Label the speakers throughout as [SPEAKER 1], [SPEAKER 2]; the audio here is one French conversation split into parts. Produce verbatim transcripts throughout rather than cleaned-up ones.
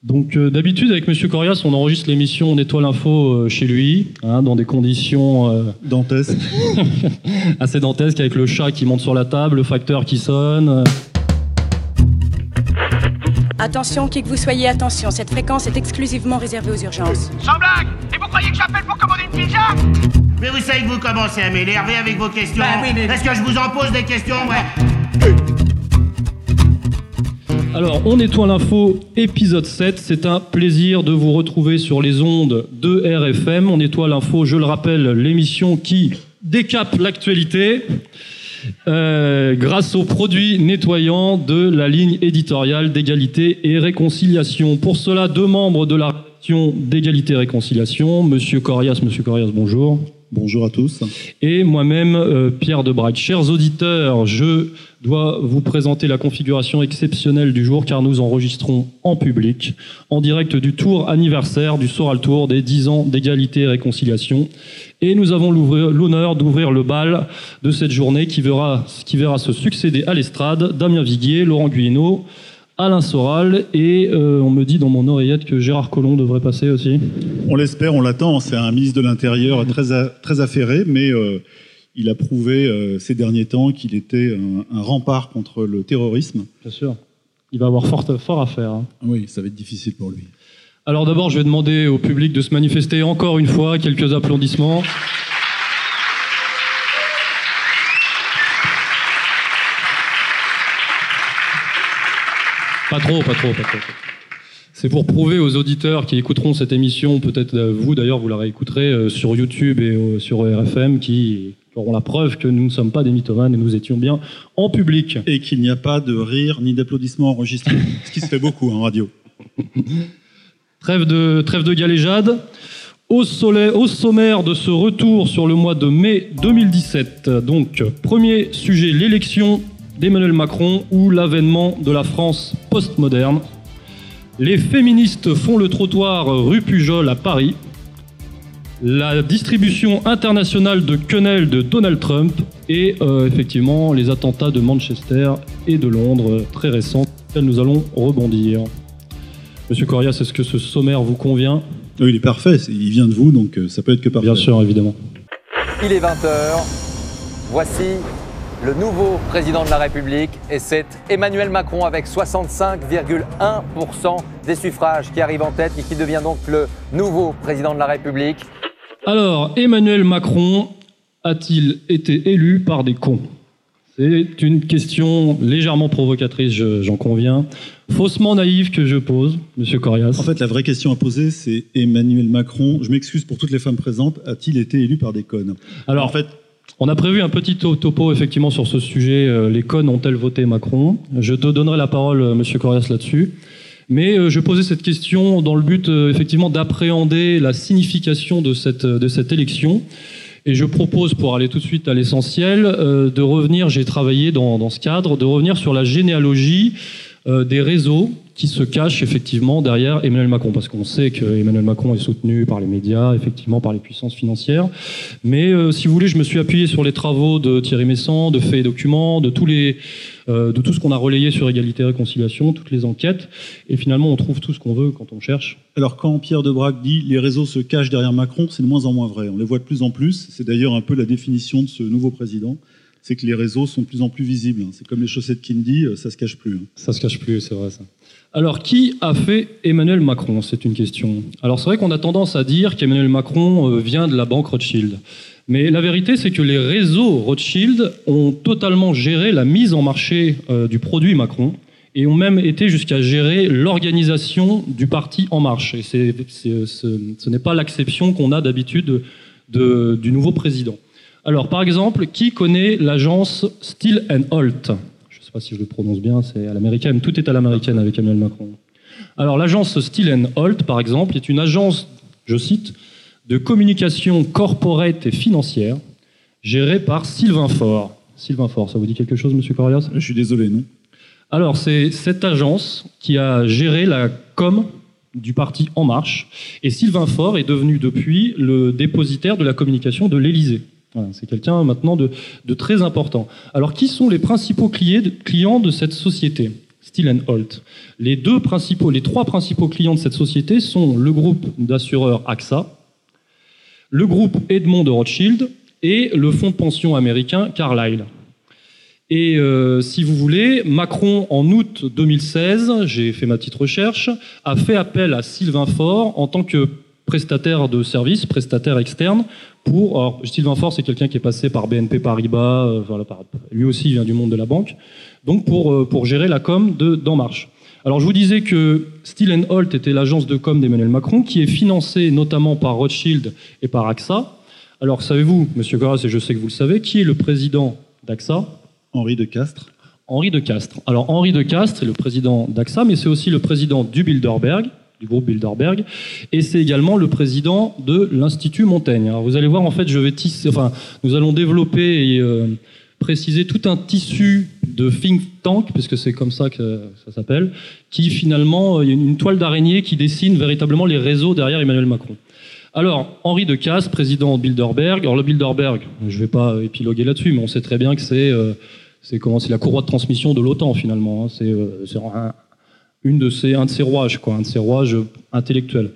[SPEAKER 1] Donc euh, d'habitude avec Monsieur Corias, on enregistre l'émission On nettoie l'info euh, chez lui, hein, dans des conditions euh,
[SPEAKER 2] dantesques,
[SPEAKER 1] assez dantesques, avec le chat qui monte sur la table, le facteur qui sonne. Euh.
[SPEAKER 3] Attention, qui que vous soyez, attention, cette fréquence est exclusivement réservée aux urgences.
[SPEAKER 4] Sans blague! Et vous croyez que j'appelle pour commander une pizza? Mais vous savez que vous commencez à m'énerver avec vos questions. Bah, oui, mais... Est-ce que je vous en pose des questions, ouais?
[SPEAKER 1] Alors, on nettoie l'info, épisode sept. C'est un plaisir de vous retrouver sur les ondes de R F M. On nettoie l'info, je le rappelle, l'émission qui décape l'actualité euh, grâce aux produits nettoyants de la ligne éditoriale d'égalité et réconciliation. Pour cela, deux membres de la rédaction d'égalité et réconciliation, Monsieur Corias. Monsieur Corias, bonjour.
[SPEAKER 2] Bonjour à tous.
[SPEAKER 1] Et moi-même, euh, Pierre Debrac. Chers auditeurs, je dois vous présenter la configuration exceptionnelle du jour car nous enregistrons en public, en direct du tour anniversaire du Soral Tour des dix ans d'égalité et réconciliation. Et nous avons l'honneur d'ouvrir le bal de cette journée qui verra, qui verra se succéder à l'estrade Damien Viguier, Laurent Guyeno, Alain Soral, et euh, on me dit dans mon oreillette que Gérard Collomb devrait passer aussi.
[SPEAKER 2] On l'espère, on l'attend. C'est un ministre de l'Intérieur très, a, très affairé, mais euh, il a prouvé euh, ces derniers temps qu'il était un, un rempart contre le terrorisme.
[SPEAKER 1] Bien sûr. Il va avoir fort, fort à faire. Hein.
[SPEAKER 2] Oui, ça va être difficile pour lui.
[SPEAKER 1] Alors d'abord, je vais demander au public de se manifester encore une fois. Quelques applaudissements. Pas trop, pas trop, pas trop. C'est pour prouver aux auditeurs qui écouteront cette émission, peut-être vous d'ailleurs, vous la réécouterez euh, sur YouTube et euh, sur R F M, qui auront la preuve que nous ne sommes pas des mythomanes et nous étions bien en public.
[SPEAKER 2] Et qu'il n'y a pas de rire ni d'applaudissements enregistrés, ce qui se fait beaucoup en radio.
[SPEAKER 1] Trêve de, trêve de galéjade. Au, soleil, au sommaire de ce retour sur le mois de mai deux mille dix-sept, donc premier sujet, l'élection d'Emmanuel Macron ou l'avènement de la France postmoderne. Les féministes font le trottoir rue Pujol à Paris. La distribution internationale de quenelles de Donald Trump et euh, effectivement les attentats de Manchester et de Londres très récents, auxquels nous allons rebondir. Monsieur Corias, est-ce que ce sommaire vous convient?
[SPEAKER 2] Oui, il est parfait, il vient de vous, donc ça peut être que parfait.
[SPEAKER 1] Bien sûr, évidemment.
[SPEAKER 5] Il est vingt heures, voici le nouveau président de la République, et c'est Emmanuel Macron avec soixante-cinq virgule un pour cent des suffrages qui arrive en tête et qui devient donc le nouveau président de la République.
[SPEAKER 1] Alors, Emmanuel Macron a-t-il été élu par des cons? C'est une question légèrement provocatrice, je, j'en conviens. Faussement naïve que je pose, Monsieur Corias.
[SPEAKER 2] En fait, la vraie question à poser, c'est Emmanuel Macron, je m'excuse pour toutes les femmes présentes, a-t-il été élu par des connes?
[SPEAKER 1] Alors, en fait, on a prévu un petit topo effectivement sur ce sujet. Les connes ont-elles voté Macron? Je te donnerai la parole, Monsieur Corias, là-dessus. Mais euh, je posais cette question dans le but euh, effectivement d'appréhender la signification de cette, de cette élection. Et je propose, pour aller tout de suite à l'essentiel, euh, de revenir, j'ai travaillé dans, dans ce cadre, de revenir sur la généalogie euh, des réseaux qui se cachent effectivement derrière Emmanuel Macron. Parce qu'on sait que Emmanuel Macron est soutenu par les médias, effectivement par les puissances financières. Mais euh, si vous voulez, je me suis appuyé sur les travaux de Thierry Messant, de Faits et Documents, de tous les... Euh, de tout ce qu'on a relayé sur égalité et réconciliation, toutes les enquêtes, et finalement on trouve tout ce qu'on veut quand on cherche.
[SPEAKER 2] Alors quand Pierre Debrac dit « les réseaux se cachent derrière Macron », c'est de moins en moins vrai. On les voit de plus en plus, c'est d'ailleurs un peu la définition de ce nouveau président, c'est que les réseaux sont de plus en plus visibles. C'est comme les chaussettes Kindy, ça se cache plus.
[SPEAKER 1] Ça se cache plus, c'est vrai ça. Alors qui a fait Emmanuel Macron? C'est une question. Alors c'est vrai qu'on a tendance à dire qu'Emmanuel Macron vient de la banque Rothschild. Mais la vérité, c'est que les réseaux Rothschild ont totalement géré la mise en marché euh, du produit Macron et ont même été jusqu'à gérer l'organisation du parti En Marche. Et c'est, c'est, ce, ce n'est pas l'acception qu'on a d'habitude de, du nouveau président. Alors, par exemple, qui connaît l'agence Still and Holt? Je ne sais pas si je le prononce bien, c'est à l'américaine. Tout est à l'américaine avec Emmanuel Macron. Alors, l'agence Still and Holt, par exemple, est une agence, je cite, de communication corporate et financière, gérée par Sylvain Faure. Sylvain Faure, ça vous dit quelque chose, Monsieur Corias?
[SPEAKER 2] Je suis désolé, non.
[SPEAKER 1] Alors, c'est cette agence qui a géré la com du parti En Marche, et Sylvain Faure est devenu depuis le dépositaire de la communication de l'Élysée. Voilà, c'est quelqu'un maintenant de, de très important. Alors, qui sont les principaux clients de cette société? Still and Holt. Les deux principaux, les trois principaux clients de cette société sont le groupe d'assureurs A X A, le groupe Edmond de Rothschild et le fonds de pension américain Carlyle. Et euh, si vous voulez, Macron, en août deux mille seize, j'ai fait ma petite recherche, a fait appel à Sylvain Faure en tant que prestataire de service, prestataire externe, pour... Alors, Sylvain Faure, c'est quelqu'un qui est passé par B N P Paribas, euh, voilà, par, lui aussi vient du monde de la banque, donc pour, euh, pour gérer la com de d'En Marche. Alors, je vous disais que Still and Holt était l'agence de com d'Emmanuel Macron, qui est financée notamment par Rothschild et par A X A. Alors, savez-vous, Monsieur Corras, et je sais que vous le savez, qui est le président d'A X A ?
[SPEAKER 2] Henri de Castres.
[SPEAKER 1] Henri de Castres. Alors, Henri de Castres est le président d'A X A, mais c'est aussi le président du Bilderberg, du groupe Bilderberg, et c'est également le président de l'Institut Montaigne. Alors, vous allez voir, en fait, je vais tisser, enfin, nous allons développer et euh, préciser tout un tissu de think tank, puisque c'est comme ça que ça s'appelle, qui finalement, il y a une toile d'araignée qui dessine véritablement les réseaux derrière Emmanuel Macron. Alors, Henri de Castres, président de Bilderberg. Alors, le Bilderberg, je ne vais pas épiloguer là-dessus, mais on sait très bien que c'est... Euh, C'est comment, c'est la courroie de transmission de l'OTAN finalement. Hein. C'est, euh, c'est un, une de ces, un de ses rouages, quoi, un de ses rouages intellectuels.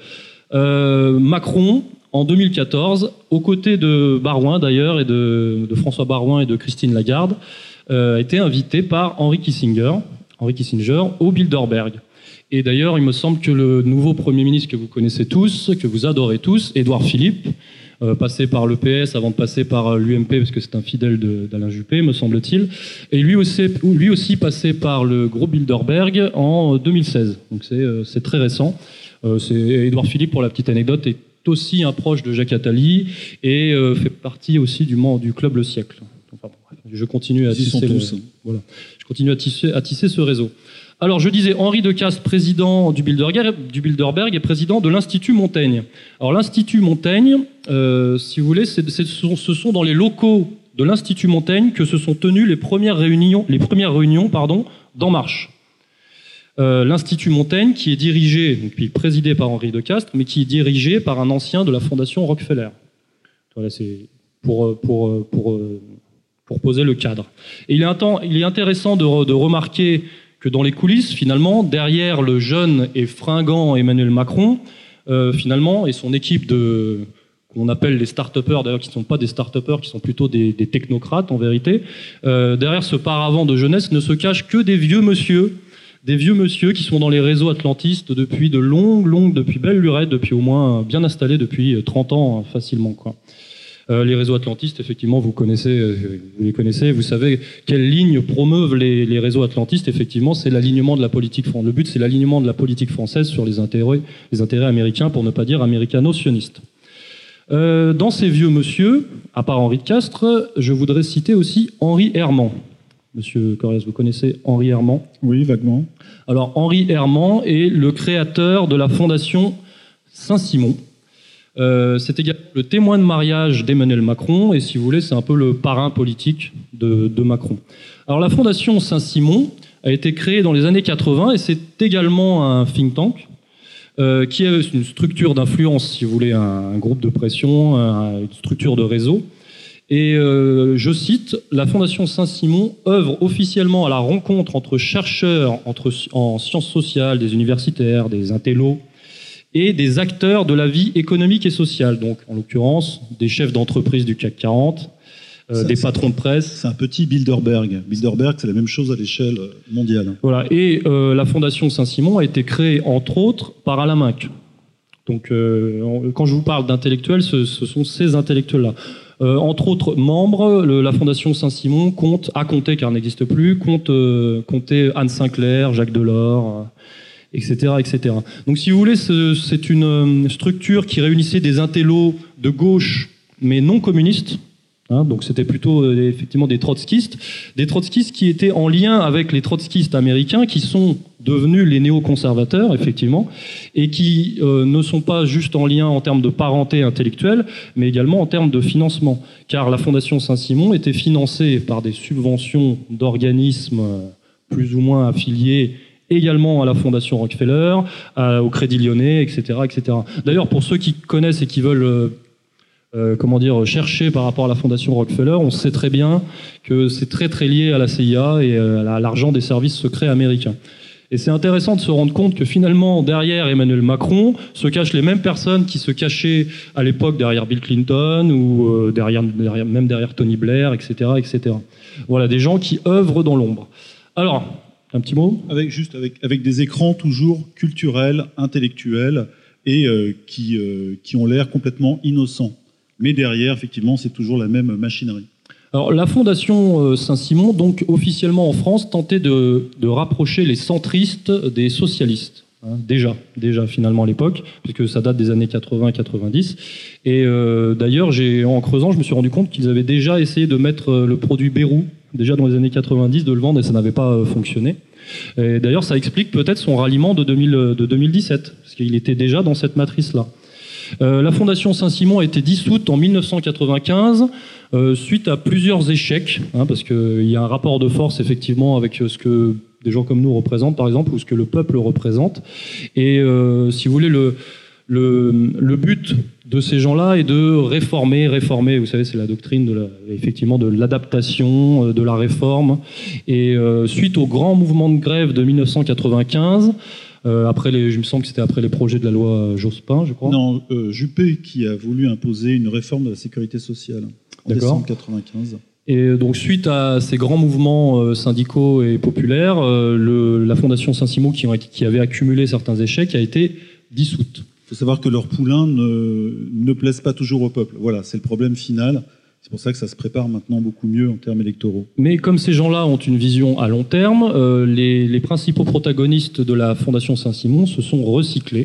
[SPEAKER 1] Euh, Macron, en deux mille quatorze, aux côtés de Barouin d'ailleurs et de, de François Barouin et de Christine Lagarde, euh, a été invité par Henry Kissinger, Henry Kissinger au Bilderberg. Et d'ailleurs, il me semble que le nouveau Premier ministre que vous connaissez tous, que vous adorez tous, Édouard Philippe, Euh, passé par l'E P S avant de passer par l'U M P, parce que c'est un fidèle de, d'Alain Juppé, me semble-t-il. Et lui aussi, lui aussi passé par le groupe Bilderberg en deux mille seize. Donc c'est, euh, c'est très récent. Euh, c'est, Édouard Philippe, pour la petite anecdote, est aussi un proche de Jacques Attali et euh, fait partie aussi du, du club Le Siècle. Enfin, je continue à tisser, le, voilà. je continue à tisser, à tisser ce réseau. Alors, je disais, Henri de Castres, président du Bilderberg, du Bilderberg et président de l'Institut Montaigne. Alors, l'Institut Montaigne, euh, si vous voulez, c'est, c'est, ce sont dans les locaux de l'Institut Montaigne que se sont tenues les premières réunions, les premières réunions, pardon, d'En Marche. Euh, L'Institut Montaigne, qui est dirigé, donc, puis présidé par Henri de Castres, mais qui est dirigé par un ancien de la Fondation Rockefeller. Voilà, c'est pour, pour, pour, pour poser le cadre. Et il est, un temps, il est intéressant de, de remarquer que dans les coulisses, finalement, derrière le jeune et fringant Emmanuel Macron, euh, finalement, et son équipe de qu'on appelle les start-upers, d'ailleurs qui ne sont pas des start-upers, qui sont plutôt des, des technocrates en vérité, euh, derrière ce paravent de jeunesse ne se cachent que des vieux monsieur, des vieux monsieur qui sont dans les réseaux atlantistes depuis de longues, longues, depuis belle lurette, depuis au moins bien installés depuis trente ans facilement, quoi. Euh, les réseaux atlantistes, effectivement, vous connaissez, euh, vous les connaissez, vous savez quelle ligne promeuvent les, les réseaux atlantistes. Effectivement, c'est l'alignement de la politique française. Le but, c'est l'alignement de la politique française sur les intérêts, les intérêts américains, pour ne pas dire américano-sionistes. Euh, dans ces vieux monsieur, à part Henri de Castres, je voudrais citer aussi Henri Herman. Monsieur Corrèze, vous connaissez Henri Herman ?
[SPEAKER 2] Oui, vaguement.
[SPEAKER 1] Alors, Henri Herman est le créateur de la Fondation Saint-Simon. Euh, c'est également le témoin de mariage d'Emmanuel Macron, et si vous voulez, c'est un peu le parrain politique de, de Macron. Alors la Fondation Saint-Simon a été créée dans les années quatre-vingts, et c'est également un think tank, euh, qui est une structure d'influence, si vous voulez, un, un groupe de pression, un, une structure de réseau. Et euh, je cite, la Fondation Saint-Simon œuvre officiellement à la rencontre entre chercheurs entre, en sciences sociales, des universitaires, des intellos, et des acteurs de la vie économique et sociale, donc en l'occurrence des chefs d'entreprise du C A C quarante, euh, des patrons de presse.
[SPEAKER 2] C'est un petit Bilderberg. Bilderberg, c'est la même chose à l'échelle mondiale.
[SPEAKER 1] Voilà. Et euh, la Fondation Saint-Simon a été créée, entre autres, par Alain Minc. Donc, euh, quand je vous parle d'intellectuels, ce, ce sont ces intellectuels-là. Euh, entre autres membres, le, la Fondation Saint-Simon compte, a compté, car elle n'existe plus, compte euh, compter Anne Sinclair, Jacques Delors, euh, et cetera, et cetera. Donc, si vous voulez, c'est une structure qui réunissait des intellos de gauche, mais non communistes. Hein, donc, c'était plutôt euh, effectivement des trotskistes, des trotskistes qui étaient en lien avec les trotskistes américains, qui sont devenus les néoconservateurs, effectivement, et qui euh, ne sont pas juste en lien en termes de parenté intellectuelle, mais également en termes de financement. Car la Fondation Saint-Simon était financée par des subventions d'organismes plus ou moins affiliés également à la Fondation Rockefeller, à, au Crédit Lyonnais, et cetera, et cetera. D'ailleurs, pour ceux qui connaissent et qui veulent euh, euh, comment dire, cherché par rapport à la fondation Rockefeller, on sait très bien que c'est très très lié à la C I A et à l'argent des services secrets américains. Et c'est intéressant de se rendre compte que finalement, derrière Emmanuel Macron, se cachent les mêmes personnes qui se cachaient à l'époque derrière Bill Clinton ou euh, derrière, derrière, même derrière Tony Blair, et cetera, et cetera. Voilà, des gens qui œuvrent dans l'ombre. Alors, un petit mot ?
[SPEAKER 2] Avec, juste avec, avec des écrans toujours culturels, intellectuels et euh, qui, euh, qui ont l'air complètement innocents. Mais derrière, effectivement, c'est toujours la même machinerie.
[SPEAKER 1] Alors, la Fondation Saint-Simon, donc officiellement en France, tentait de, de rapprocher les centristes des socialistes. Hein, déjà, déjà finalement à l'époque, puisque ça date des années quatre-vingts quatre-vingt-dix. Et euh, d'ailleurs, j'ai, en creusant, je me suis rendu compte qu'ils avaient déjà essayé de mettre le produit Bérou, déjà dans les années quatre-vingt-dix, de le vendre, et ça n'avait pas fonctionné. Et d'ailleurs, ça explique peut-être son ralliement de, deux mille, de deux mille dix-sept, parce qu'il était déjà dans cette matrice-là. Euh, la Fondation Saint-Simon a été dissoute en mille neuf cent quatre-vingt-quinze euh, suite à plusieurs échecs, hein, parce qu'il y a un rapport de force effectivement avec ce que des gens comme nous représentent par exemple, ou ce que le peuple représente. Et euh, si vous voulez, le, le, le but de ces gens-là est de réformer, réformer, vous savez, c'est la doctrine de la, effectivement de l'adaptation, de la réforme. Et euh, suite au grand mouvement de grève de mille neuf cent quatre-vingt-quinze, Euh, après les, je me sens que c'était après les projets de la loi Jospin, je crois.
[SPEAKER 2] Non, euh, Juppé qui a voulu imposer une réforme de la sécurité sociale en décembre quatre-vingt-quinze.
[SPEAKER 1] Et donc suite à ces grands mouvements euh, syndicaux et populaires, euh, le, la Fondation Saint-Simon qui, ont été, qui avait accumulé certains échecs a été dissoute.
[SPEAKER 2] Il faut savoir que leurs poulains ne, ne plaisent pas toujours au peuple. Voilà, c'est le problème final. C'est pour ça que ça se prépare maintenant beaucoup mieux en termes électoraux.
[SPEAKER 1] Mais comme ces gens-là ont une vision à long terme, euh, les, les principaux protagonistes de la Fondation Saint-Simon se sont recyclés.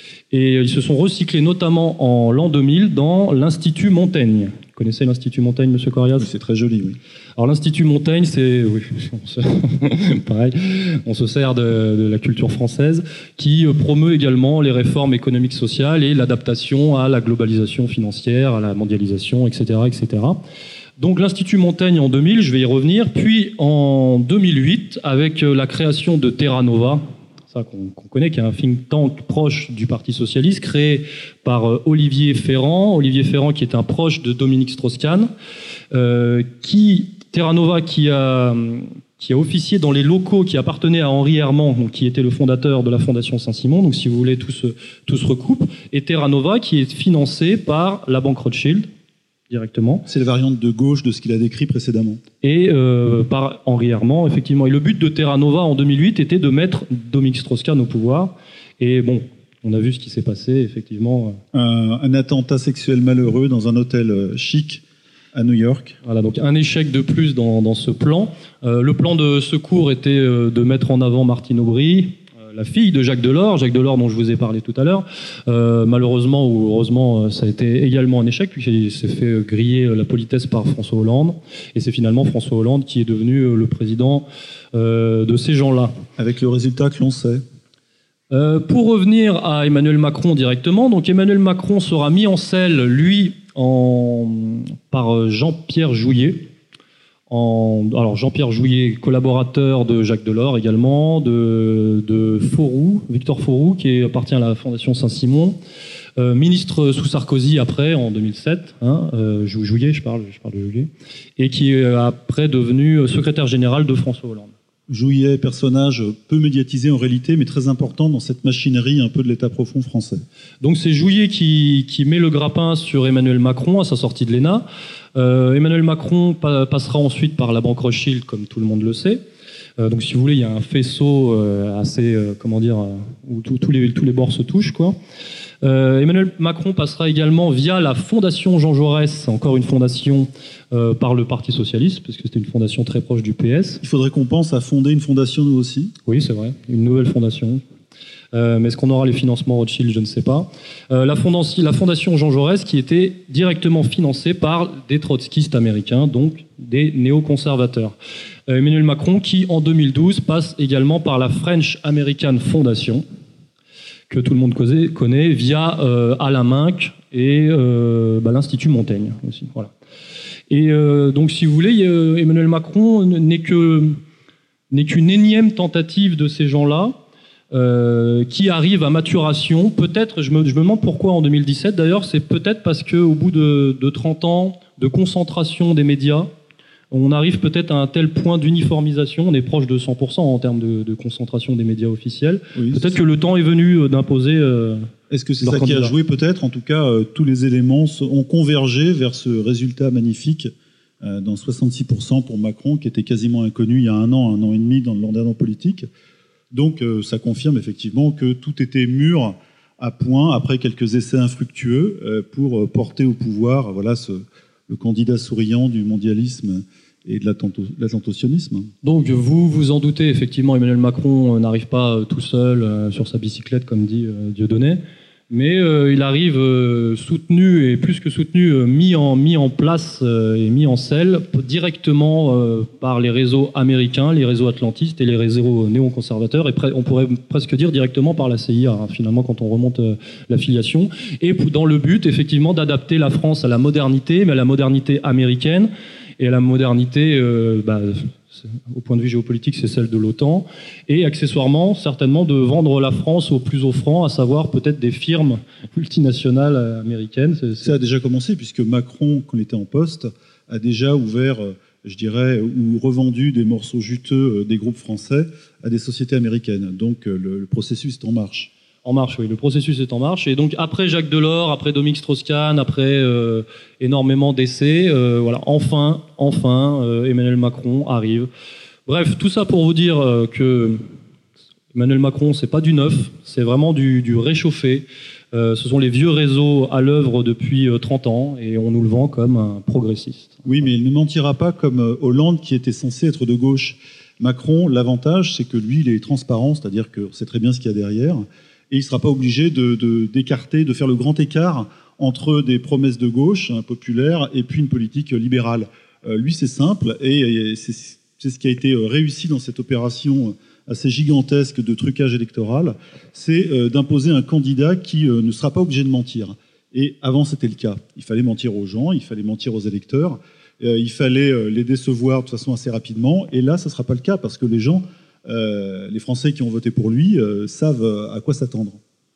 [SPEAKER 1] Et ils se sont recyclés notamment en l'an deux mille dans l'Institut Montaigne. Vous connaissez l'Institut Montaigne, Monsieur Corias ?
[SPEAKER 2] Oui, c'est très joli, oui.
[SPEAKER 1] Alors l'Institut Montaigne, c'est... Oui, on se, pareil, on se sert de, de la culture française, qui promeut également les réformes économiques sociales et l'adaptation à la globalisation financière, à la mondialisation, et cetera, et cetera. Donc l'Institut Montaigne en deux mille, je vais y revenir, puis en deux mille huit, avec la création de Terra Nova, qu'on qu'on connaît, qui est un think tank proche du Parti socialiste, créé par euh, Olivier Ferrand. Olivier Ferrand, qui est un proche de Dominique Strauss-Kahn, euh, qui, Terra Nova, qui a, qui a officié dans les locaux qui appartenaient à Henri Herman, donc, qui était le fondateur de la Fondation Saint-Simon. Donc, si vous voulez, tout se, tout se recoupe. Et Terra Nova, qui est financé par la banque Rothschild, directement.
[SPEAKER 2] C'est la variante de gauche de ce qu'il a décrit précédemment.
[SPEAKER 1] Et euh, par Henri Herman, effectivement. Et le but de Terra Nova en deux mille huit était de mettre Dominique Strauss-Kahn au pouvoir. Et bon, on a vu ce qui s'est passé, effectivement.
[SPEAKER 2] Un, un attentat sexuel malheureux dans un hôtel chic à New York.
[SPEAKER 1] Voilà, donc un échec de plus dans, dans ce plan. Euh, le plan de secours était euh, de mettre en avant Martine Aubry, la fille de Jacques Delors, Jacques Delors dont je vous ai parlé tout à l'heure. Euh, malheureusement ou heureusement, ça a été également un échec puisqu'il s'est fait griller la politesse par François Hollande. Et c'est finalement François Hollande qui est devenu le président euh, de ces gens-là.
[SPEAKER 2] Avec le résultat que l'on sait.
[SPEAKER 1] Euh, pour revenir à Emmanuel Macron directement, donc Emmanuel Macron sera mis en selle, lui, en, par Jean-Pierre Jouyet. En, alors Jean-Pierre Jouyet, collaborateur de Jacques Delors également, de, de Fauroux, Victor Fauroux, qui appartient à la Fondation Saint-Simon, euh, ministre sous Sarkozy après, en deux mille sept, hein, euh, Jouyet, je parle, je parle de Jouyet, et qui est après devenu secrétaire général de François Hollande.
[SPEAKER 2] Jouyet, personnage peu médiatisé en réalité, mais très important dans cette machinerie un peu de l'État profond français.
[SPEAKER 1] Donc c'est Jouyet qui, qui met le grappin sur Emmanuel Macron à sa sortie de l'E N A. Euh, Emmanuel Macron pa passera ensuite par la banque Rothschild, comme tout le monde le sait. Euh, donc si vous voulez, il y a un faisceau euh, assez, euh, comment dire, euh, où tous les, tous les bords se touchent, quoi. Euh, Emmanuel Macron passera également via la Fondation Jean Jaurès, encore une fondation euh, par le Parti Socialiste, parce que c'était une fondation très proche du P S.
[SPEAKER 2] Il faudrait qu'on pense à fonder une fondation nous aussi.
[SPEAKER 1] Oui, c'est vrai, une nouvelle fondation. Euh, mais est-ce qu'on aura les financements Rothschild? Je ne sais pas. Euh, la, fondation, la fondation Jean Jaurès qui était directement financée par des trotskistes américains, donc des néoconservateurs. Euh, Emmanuel Macron qui, en deux mille douze, passe également par la French American Foundation, que tout le monde connaît, via euh, Alain Minc et euh, bah, l'Institut Montaigne aussi. Voilà. Et euh, donc, si vous voulez, euh, Emmanuel Macron n'est que n'est qu'une énième tentative de ces gens-là euh, qui arrive à maturation. Peut-être, je me, je me demande pourquoi en deux mille dix-sept d'ailleurs, c'est peut-être parce qu'au bout de, de trente ans de concentration des médias, on arrive peut-être à un tel point d'uniformisation, on est proche de cent pour cent en termes de, de concentration des médias officiels. Oui, peut-être que le temps est venu d'imposer... Euh,
[SPEAKER 2] Est-ce que c'est ça candidat. Qui a joué peut-être? En tout cas, euh, tous les éléments ont convergé vers ce résultat magnifique euh, dans soixante-six pour cent pour Macron, qui était quasiment inconnu il y a un an, un an et demi dans le l'ordre politique. Donc euh, ça confirme effectivement que tout était mûr à point, après quelques essais infructueux, euh, pour porter au pouvoir voilà, ce, le candidat souriant du mondialisme et de l'attentionnisme.
[SPEAKER 1] Donc vous vous en doutez, effectivement, Emmanuel Macron n'arrive pas tout seul euh, sur sa bicyclette, comme dit euh, Dieudonné, mais euh, il arrive euh, soutenu, et plus que soutenu, euh, mis, en, mis en place euh, et mis en selle directement euh, par les réseaux américains, les réseaux atlantistes et les réseaux néoconservateurs, et on pourrait presque dire directement par la C I A, hein, finalement, quand on remonte euh, l'affiliation, et dans le but, effectivement, d'adapter la France à la modernité, mais à la modernité américaine, et à la modernité, euh, bah, au point de vue géopolitique, c'est celle de l'OTAN, et accessoirement, certainement, de vendre la France au plus offrant, à savoir peut-être des firmes multinationales américaines. C'est, c'est...
[SPEAKER 2] Ça a déjà commencé, puisque Macron, quand il était en poste, a déjà ouvert, je dirais, ou revendu des morceaux juteux des groupes français à des sociétés américaines. Donc le, le processus est en marche.
[SPEAKER 1] En marche, oui. Le processus est en marche. Et donc, après Jacques Delors, après Dominique Strauss-Kahn, après euh, énormément d'essais, euh, voilà, enfin, enfin, euh, Emmanuel Macron arrive. Bref, tout ça pour vous dire euh, que Emmanuel Macron, c'est pas du neuf, c'est vraiment du, du réchauffé. Euh, ce sont les vieux réseaux à l'œuvre depuis euh, trente ans, et on nous le vend comme un progressiste.
[SPEAKER 2] Oui, mais il ne mentira pas comme Hollande, qui était censé être de gauche. Macron, l'avantage, c'est que lui, il est transparent, c'est-à-dire qu'on sait très bien ce qu'il y a derrière. Et il ne sera pas obligé de, de, d'écarter, de faire le grand écart entre des promesses de gauche hein, populaires et puis une politique libérale. Euh, lui, c'est simple, et, et c'est, c'est ce qui a été réussi dans cette opération assez gigantesque de trucage électoral, c'est euh, d'imposer un candidat qui euh, ne sera pas obligé de mentir. Et avant, c'était le cas. Il fallait mentir aux gens, il fallait mentir aux électeurs, euh, il fallait euh, les décevoir de toute façon assez rapidement. Et là, ça ne sera pas le cas, parce que les gens... Euh, les Français qui ont voté pour lui euh, savent à quoi s'attendre.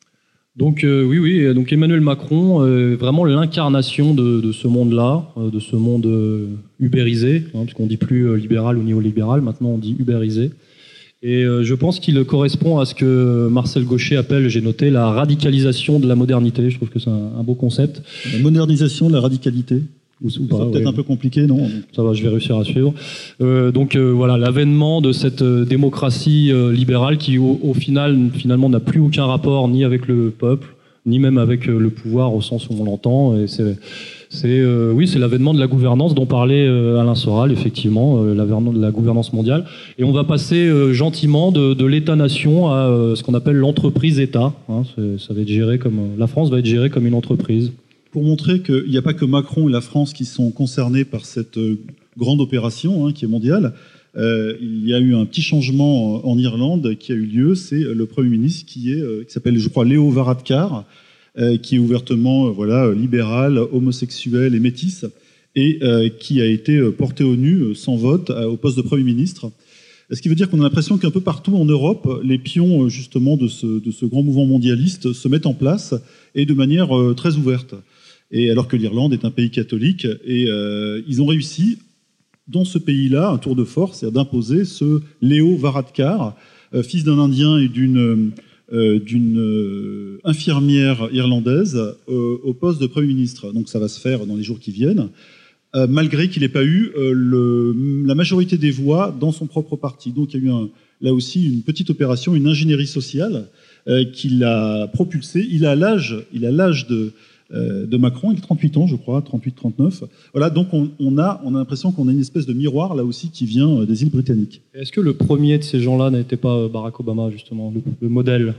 [SPEAKER 1] Donc euh, oui, oui, donc Emmanuel Macron, euh, vraiment l'incarnation de, de ce monde-là, euh, de ce monde euh, ubérisé, hein, puisqu'on ne dit plus euh, libéral ou néolibéral, maintenant on dit ubérisé. Et euh, je pense qu'il correspond à ce que Marcel Gauchet appelle, j'ai noté, la radicalisation de la modernité. Je trouve que c'est un, un beau concept.
[SPEAKER 2] La modernisation de la radicalité. Ou, ou pas, c'est peut-être ouais. un peu compliqué, non?
[SPEAKER 1] Ça va, je vais réussir à suivre. Euh, donc euh, voilà, l'avènement de cette euh, démocratie euh, libérale qui, au, au final, finalement, n'a plus aucun rapport ni avec le peuple, ni même avec euh, le pouvoir au sens où on l'entend. Et c'est, c'est, euh, oui, c'est l'avènement de la gouvernance dont parlait euh, Alain Soral, effectivement, euh, l'avènement de la gouvernance mondiale. Et on va passer euh, gentiment de, de l'État-nation à euh, ce qu'on appelle l'entreprise-État. Hein, ça va être géré comme, la France va être gérée comme une entreprise.
[SPEAKER 2] Pour montrer qu'il n'y a pas que Macron et la France qui sont concernés par cette euh, grande opération hein, qui est mondiale, euh, il y a eu un petit changement en, en Irlande qui a eu lieu. C'est le Premier ministre qui, est, euh, qui s'appelle, je crois, Léo Varadkar, euh, qui est ouvertement euh, voilà, libéral, homosexuel et métis, et euh, qui a été porté au nu, sans vote, euh, au poste de Premier ministre. Ce qui veut dire qu'on a l'impression qu'un peu partout en Europe, les pions justement de ce, de ce grand mouvement mondialiste se mettent en place, et de manière euh, très ouverte. Et alors que l'Irlande est un pays catholique, et euh, ils ont réussi, dans ce pays-là, un tour de force, c'est-à-dire d'imposer ce Léo Varadkar, euh, fils d'un Indien et d'une, euh, d'une euh, infirmière irlandaise, euh, au poste de Premier ministre. Donc ça va se faire dans les jours qui viennent, euh, malgré qu'il n'ait pas eu euh, le, la majorité des voix dans son propre parti. Donc il y a eu un, là aussi une petite opération, une ingénierie sociale euh, qui l'a propulsé. Il a l'âge, il a l'âge de... de Macron, il a trente-huit ans, je crois, trente-huit trente-neuf. Voilà, donc on, on, a, on a l'impression qu'on a une espèce de miroir, là aussi, qui vient des îles britanniques.
[SPEAKER 1] Est-ce que le premier de ces gens-là n'était pas Barack Obama, justement, le, le modèle?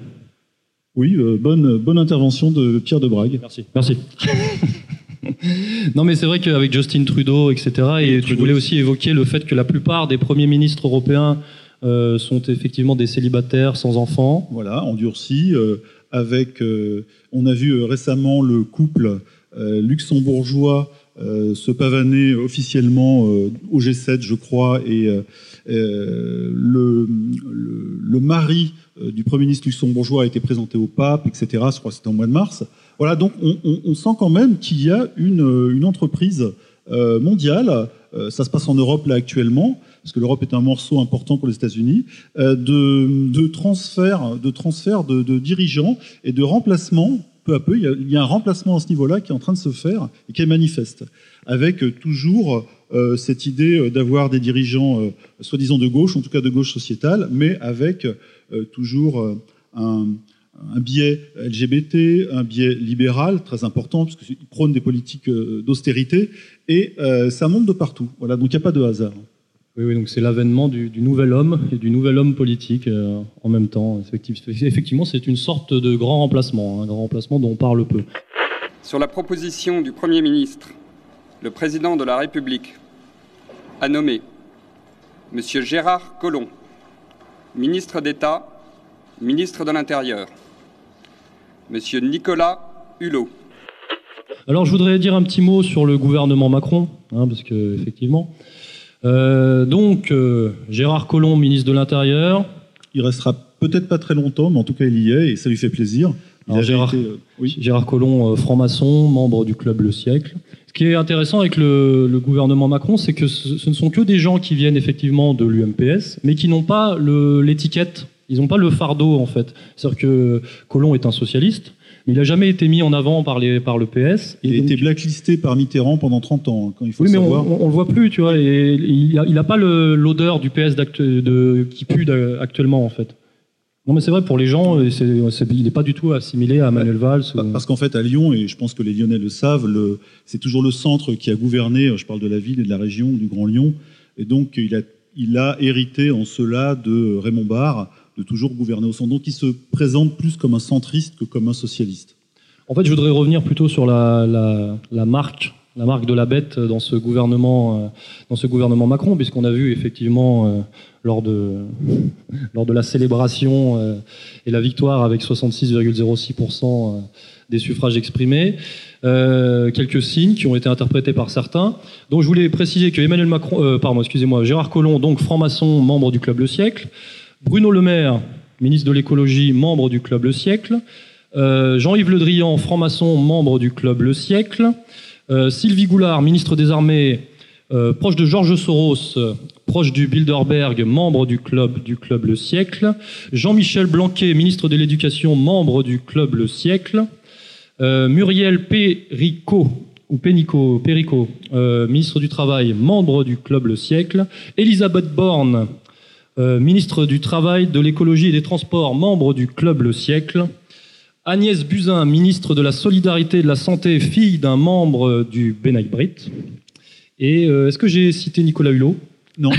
[SPEAKER 2] Oui, euh, bonne, bonne intervention de Pierre de Brague.
[SPEAKER 1] Merci. Merci. Non, mais c'est vrai qu'avec Justin Trudeau, et cetera, et, et tu voulais aussi évoquer le fait que la plupart des premiers ministres européens euh, sont effectivement des célibataires sans enfants.
[SPEAKER 2] Voilà, endurcis. Euh, Avec, euh, on a vu euh, récemment le couple euh, luxembourgeois euh, se pavaner officiellement euh, au G sept, je crois, et euh, euh, le, le, le mari euh, du Premier ministre luxembourgeois a été présenté au pape, et cetera. Je crois que c'était en mois de mars. Voilà, donc on, on, on sent quand même qu'il y a une, une entreprise euh, mondiale, euh, ça se passe en Europe là actuellement, parce que l'Europe est un morceau important pour les États-Unis, euh, de, de transfert, de, transfert de, de dirigeants et de remplacement. Peu à peu, il y, a, il y a un remplacement à ce niveau-là qui est en train de se faire et qui est manifeste, avec euh, toujours euh, cette idée d'avoir des dirigeants euh, soi-disant de gauche, en tout cas de gauche sociétale, mais avec euh, toujours euh, un, un biais L G B T, un biais libéral très important, parce qu'ils prônent des politiques euh, d'austérité, et euh, ça monte de partout. Voilà, donc il n'y a pas de hasard.
[SPEAKER 1] Oui, oui, donc c'est l'avènement du, du nouvel homme et du nouvel homme politique euh, en même temps. Effectivement, c'est une sorte de grand remplacement, un grand remplacement dont on parle peu.
[SPEAKER 6] Sur la proposition du Premier ministre, le Président de la République a nommé M. Gérard Collomb, ministre d'État, ministre de l'Intérieur, M. Nicolas Hulot.
[SPEAKER 1] Alors, je voudrais dire un petit mot sur le gouvernement Macron, hein, parce que effectivement... Euh, donc, euh, Gérard Collomb, ministre de l'Intérieur.
[SPEAKER 2] Il restera peut-être pas très longtemps, mais en tout cas, il y est, et ça lui fait plaisir.
[SPEAKER 1] Alors, Gérard, été, euh, oui. Gérard Collomb, euh, franc-maçon, membre du Club Le Siècle. Ce qui est intéressant avec le, le gouvernement Macron, c'est que ce, ce ne sont que des gens qui viennent effectivement de l'U M P S, mais qui n'ont pas le, l'étiquette, ils n'ont pas le fardeau, en fait. C'est-à-dire que Collomb est un socialiste, mais il n'a jamais été mis en avant par, les, par le P S.
[SPEAKER 2] Il a donc été blacklisté par Mitterrand pendant trente ans, quand il faut
[SPEAKER 1] oui,
[SPEAKER 2] le
[SPEAKER 1] mais
[SPEAKER 2] savoir.
[SPEAKER 1] on ne le voit plus, tu vois. Et il n'a pas le, l'odeur du P S de, qui pue actuellement, en fait. Non, mais c'est vrai, pour les gens, c'est, c'est, il n'est pas du tout assimilé à Manuel Valls. Ou...
[SPEAKER 2] Parce qu'en fait, à Lyon, et je pense que les Lyonnais le savent, le, c'est toujours le centre qui a gouverné, je parle de la ville et de la région, du Grand Lyon, et donc il a, il a hérité en cela de Raymond Barre, de toujours gouverner au centre. Donc il se présente plus comme un centriste que comme un socialiste.
[SPEAKER 1] En fait, je voudrais revenir plutôt sur la, la, la marque, la marque de la bête dans ce gouvernement, euh, dans ce gouvernement Macron, puisqu'on a vu effectivement euh, lors de lors de la célébration euh, et la victoire avec soixante-six virgule zéro six pour cent euh, des suffrages exprimés, euh, quelques signes qui ont été interprétés par certains. Donc, je voulais préciser que Emmanuel Macron, euh, pardon, excusez-moi, Gérard Collomb, donc franc-maçon, membre du Club Le Siècle, Bruno Le Maire, ministre de l'écologie, membre du Club Le Siècle. Euh, Jean-Yves Le Drian, franc-maçon, membre du Club Le Siècle. Euh, Sylvie Goulard, ministre des Armées, euh, proche de Georges Soros, euh, proche du Bilderberg, membre du Club, du Club Le Siècle. Jean-Michel Blanquet, ministre de l'Éducation, membre du Club Le Siècle. Euh, Muriel Pénicaud, ou Pénicaud, Péricaud, euh, ministre du Travail, membre du Club Le Siècle. Elisabeth Borne, euh, ministre du Travail, de l'Écologie et des Transports, membre du Club Le Siècle. Agnès Buzyn, ministre de la Solidarité et de la Santé, fille d'un membre du B'nai B'rith. Et euh, est-ce que j'ai cité Nicolas Hulot ?
[SPEAKER 2] Non.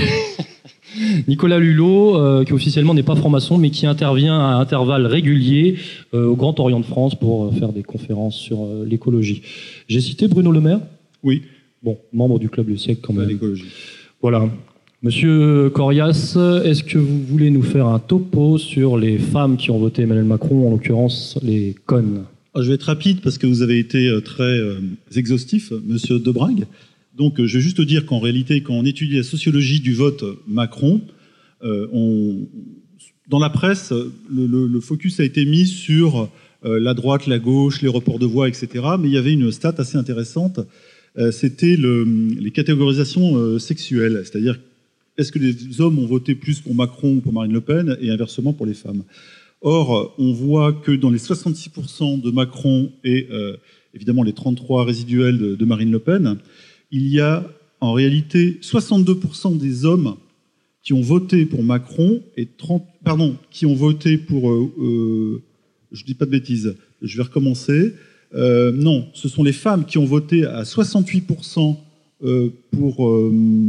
[SPEAKER 1] Nicolas Hulot, euh, qui officiellement n'est pas franc-maçon, mais qui intervient à intervalles réguliers euh, au Grand Orient de France pour euh, faire des conférences sur euh, l'écologie. J'ai cité Bruno Le Maire ?
[SPEAKER 2] Oui.
[SPEAKER 1] Bon, membre du Club Le Siècle quand même.
[SPEAKER 2] L'écologie.
[SPEAKER 1] Voilà. Monsieur Corias, est-ce que vous voulez nous faire un topo sur les femmes qui ont voté Emmanuel Macron, en l'occurrence les connes ?
[SPEAKER 2] Je vais être rapide parce que vous avez été très euh, exhaustif, monsieur Debrag. Donc je vais juste dire qu'en réalité, quand on étudie la sociologie du vote Macron, euh, on, dans la presse, le, le, le focus a été mis sur euh, la droite, la gauche, les reports de voix, et cetera. Mais il y avait une stat assez intéressante, euh, c'était le, les catégorisations euh, sexuelles, c'est-à-dire est-ce que les hommes ont voté plus pour Macron ou pour Marine Le Pen, et inversement pour les femmes. Or, on voit que dans les soixante-six pour cent de Macron et euh, évidemment les trente-trois résiduels de, de Marine Le Pen, il y a en réalité soixante-deux pour cent des hommes qui ont voté pour Macron et trente, pardon, qui ont voté pour, euh, euh, je ne dis pas de bêtises, je vais recommencer. Euh, non, ce sont les femmes qui ont voté à soixante-huit pour cent euh, pour euh,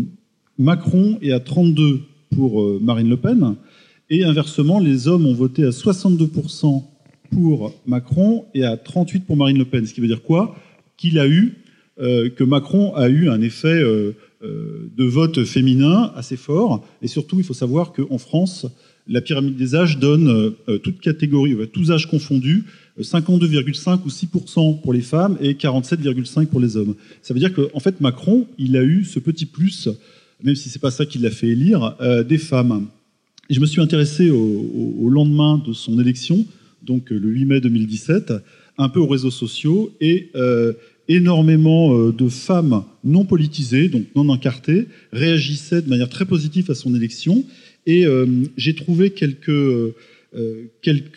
[SPEAKER 2] Macron et à trente-deux pour euh, Marine Le Pen. Et inversement, les hommes ont voté à soixante-deux pour cent pour Macron et à trente-huit pour Marine Le Pen. Ce qui veut dire quoi ? Qu'il a eu, euh, que Macron a eu un effet euh, euh, de vote féminin assez fort. Et surtout, il faut savoir qu'en France, La pyramide des âges donne euh, toutes catégories, euh, tous âges confondus, euh, cinquante-deux virgule cinq ou six pour cent pour les femmes et quarante-sept virgule cinq pour les hommes. Ça veut dire qu'en en fait, Macron, il a eu ce petit plus, même si c'est pas ça qui l'a fait élire, euh, des femmes. Et je me suis intéressé au, au, au lendemain de son élection, donc le huit mai deux mille dix-sept, un peu aux réseaux sociaux, et euh, énormément euh, de femmes non politisées, donc non encartées, réagissaient de manière très positive à son élection. Et euh, j'ai trouvé quelques, euh, quelques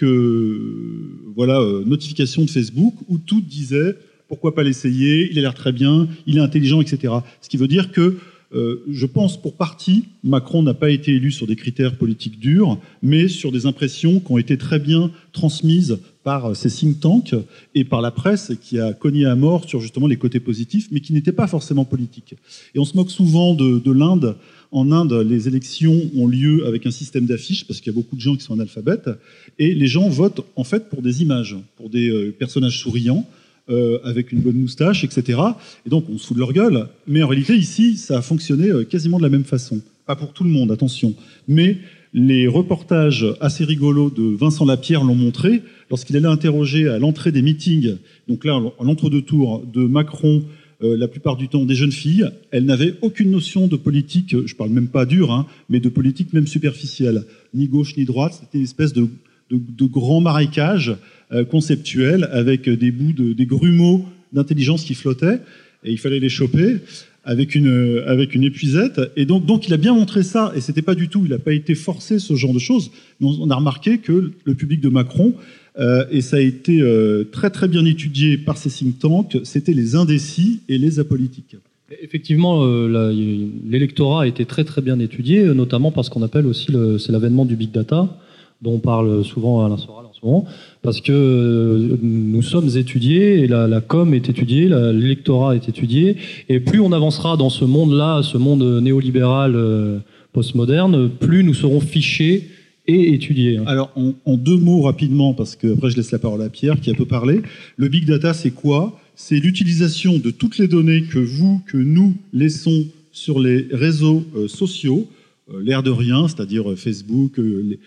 [SPEAKER 2] voilà, euh, notifications de Facebook où toutes disaient « pourquoi pas l'essayer, il a l'air très bien, il est intelligent, et cetera » Ce qui veut dire que Euh, je pense pour partie, Macron n'a pas été élu sur des critères politiques durs, mais sur des impressions qui ont été très bien transmises par ces think tanks et par la presse qui a cogné à mort sur justement les côtés positifs, mais qui n'étaient pas forcément politiques. Et on se moque souvent de, de l'Inde. En Inde, les élections ont lieu avec un système d'affiches, parce qu'il y a beaucoup de gens qui sont analphabètes, et les gens votent en fait pour des images, pour des euh, personnages souriants, Euh, avec une bonne moustache, et cetera. Et donc, on se fout de leur gueule. Mais en réalité, ici, ça a fonctionné euh, quasiment de la même façon. Pas pour tout le monde, attention. Mais les reportages assez rigolos de Vincent Lapierre l'ont montré. Lorsqu'il allait interroger à l'entrée des meetings, donc là, à l'entre-deux tours de Macron, euh, la plupart du temps des jeunes filles, elles n'avaient aucune notion de politique, je parle même pas dure, hein, mais de politique même superficielle. Ni gauche, ni droite. C'était une espèce de, de, de grand marécage conceptuel avec des bouts, de, des grumeaux d'intelligence qui flottaient, et il fallait les choper avec une, avec une épuisette. Et donc, donc il a bien montré ça, et c'était pas du tout, il n'a pas été forcé ce genre de choses, mais on, on a remarqué que le public de Macron, euh, et ça a été euh, très très bien étudié par ces think tanks, c'était les indécis et les apolitiques.
[SPEAKER 1] Effectivement, euh, l'électorat a été très très bien étudié, notamment parce qu'on appelle aussi, le, c'est l'avènement du big data, dont on parle souvent à Alain Soral en ce moment, parce que euh, nous sommes étudiés, et la, la com est étudiée, l'électorat est étudié, et plus on avancera dans ce monde-là, ce monde néolibéral euh, postmoderne, plus nous serons fichés et étudiés.
[SPEAKER 2] Alors, en, en deux mots rapidement, parce que après je laisse la parole à Pierre, qui a peu parlé. Le big data, c'est quoi? C'est l'utilisation de toutes les données que vous, que nous laissons sur les réseaux euh, sociaux, l'air de rien, c'est-à-dire Facebook,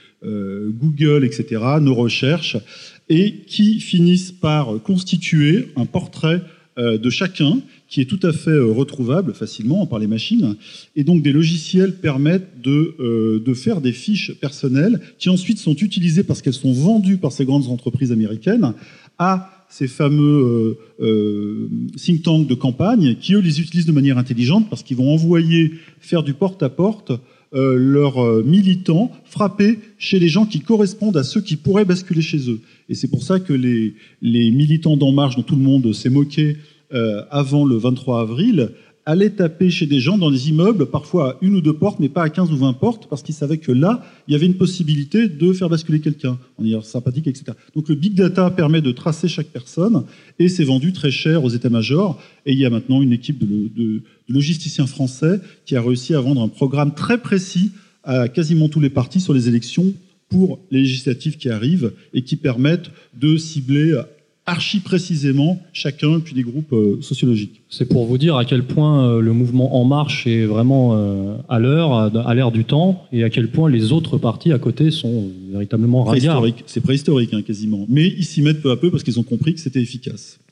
[SPEAKER 2] euh, Google, et cetera, nos recherches, et qui finissent par constituer un portrait euh, de chacun qui est tout à fait euh, retrouvable facilement par les machines. Et donc des logiciels permettent de, euh, de faire des fiches personnelles qui ensuite sont utilisées parce qu'elles sont vendues par ces grandes entreprises américaines à ces fameux euh, euh, think tanks de campagne qui, eux, les utilisent de manière intelligente parce qu'ils vont envoyer faire du porte-à-porte Euh, leurs euh, militants frapper chez les gens qui correspondent à ceux qui pourraient basculer chez eux. Et c'est pour ça que les, les militants d'En Marche, dont tout le monde s'est moqué euh, avant le vingt-trois avril, allaient taper chez des gens dans des immeubles, parfois à une ou deux portes, mais pas à quinze ou vingt portes, parce qu'ils savaient que là, il y avait une possibilité de faire basculer quelqu'un, en ayant sympathique, et cetera. Donc le big data permet de tracer chaque personne, et c'est vendu très cher aux états-majors, et il y a maintenant une équipe de, de, de logisticiens français qui a réussi à vendre un programme très précis à quasiment tous les partis sur les élections pour les législatives qui arrivent, et qui permettent de cibler archi précisément chacun, puis des groupes euh, sociologiques.
[SPEAKER 1] C'est pour vous dire à quel point euh, le mouvement En Marche est vraiment euh, à l'heure, à l'ère du temps, et à quel point les autres partis à côté sont véritablement ringards.
[SPEAKER 2] C'est préhistorique, hein, quasiment. Mais ils s'y mettent peu à peu parce qu'ils ont compris que c'était efficace.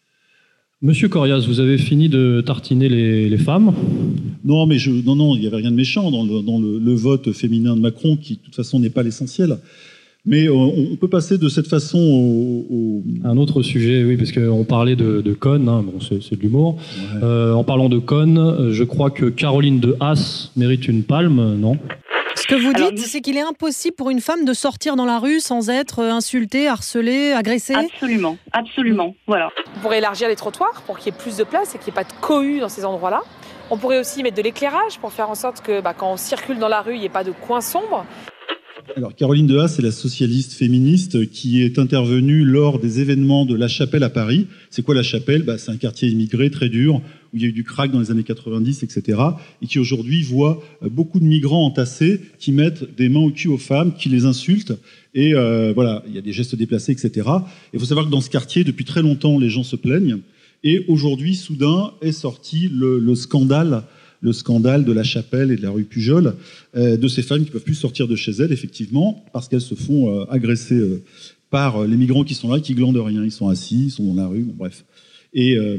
[SPEAKER 1] Monsieur Corias, vous avez fini de tartiner les, les femmes?
[SPEAKER 2] Non, mais je, non, non, il n'y avait rien de méchant dans, le, dans le, le vote féminin de Macron, qui de toute façon n'est pas l'essentiel. Mais on, on peut passer de cette façon au, au...
[SPEAKER 1] Un autre sujet, oui, parce qu'on parlait de, de connes, hein, bon, c'est de l'humour. Ouais. Euh, en parlant de connes, je crois que Caroline de Haas mérite une palme, non?
[SPEAKER 7] Ce que vous dites, c'est qu'il est impossible pour une femme de sortir dans la rue sans être insultée, harcelée, agressée?
[SPEAKER 8] Absolument, absolument, voilà.
[SPEAKER 9] On pourrait élargir les trottoirs pour qu'il y ait plus de place et qu'il n'y ait pas de cohue dans ces endroits-là. On pourrait aussi mettre de l'éclairage pour faire en sorte que bah, quand on circule dans la rue, il n'y ait pas de coins sombres.
[SPEAKER 2] Alors, Caroline de Haas, c'est la socialiste féministe qui est intervenue lors des événements de La Chapelle à Paris. C'est quoi La Chapelle? Bah, c'est un quartier immigré très dur, où il y a eu du crack dans les années quatre-vingt-dix, et cetera, et qui aujourd'hui voit beaucoup de migrants entassés qui mettent des mains au cul aux femmes, qui les insultent, et euh, voilà, il y a des gestes déplacés, et cetera. Il faut savoir que dans ce quartier, depuis très longtemps, les gens se plaignent, et aujourd'hui, soudain, est sorti le, le scandale le scandale de la Chapelle et de la rue Pujol, euh, de ces femmes qui ne peuvent plus sortir de chez elles, effectivement, parce qu'elles se font euh, agresser euh, par les migrants qui sont là, qui glandent rien. Ils sont assis, ils sont dans la rue, bon, bref. Et, euh,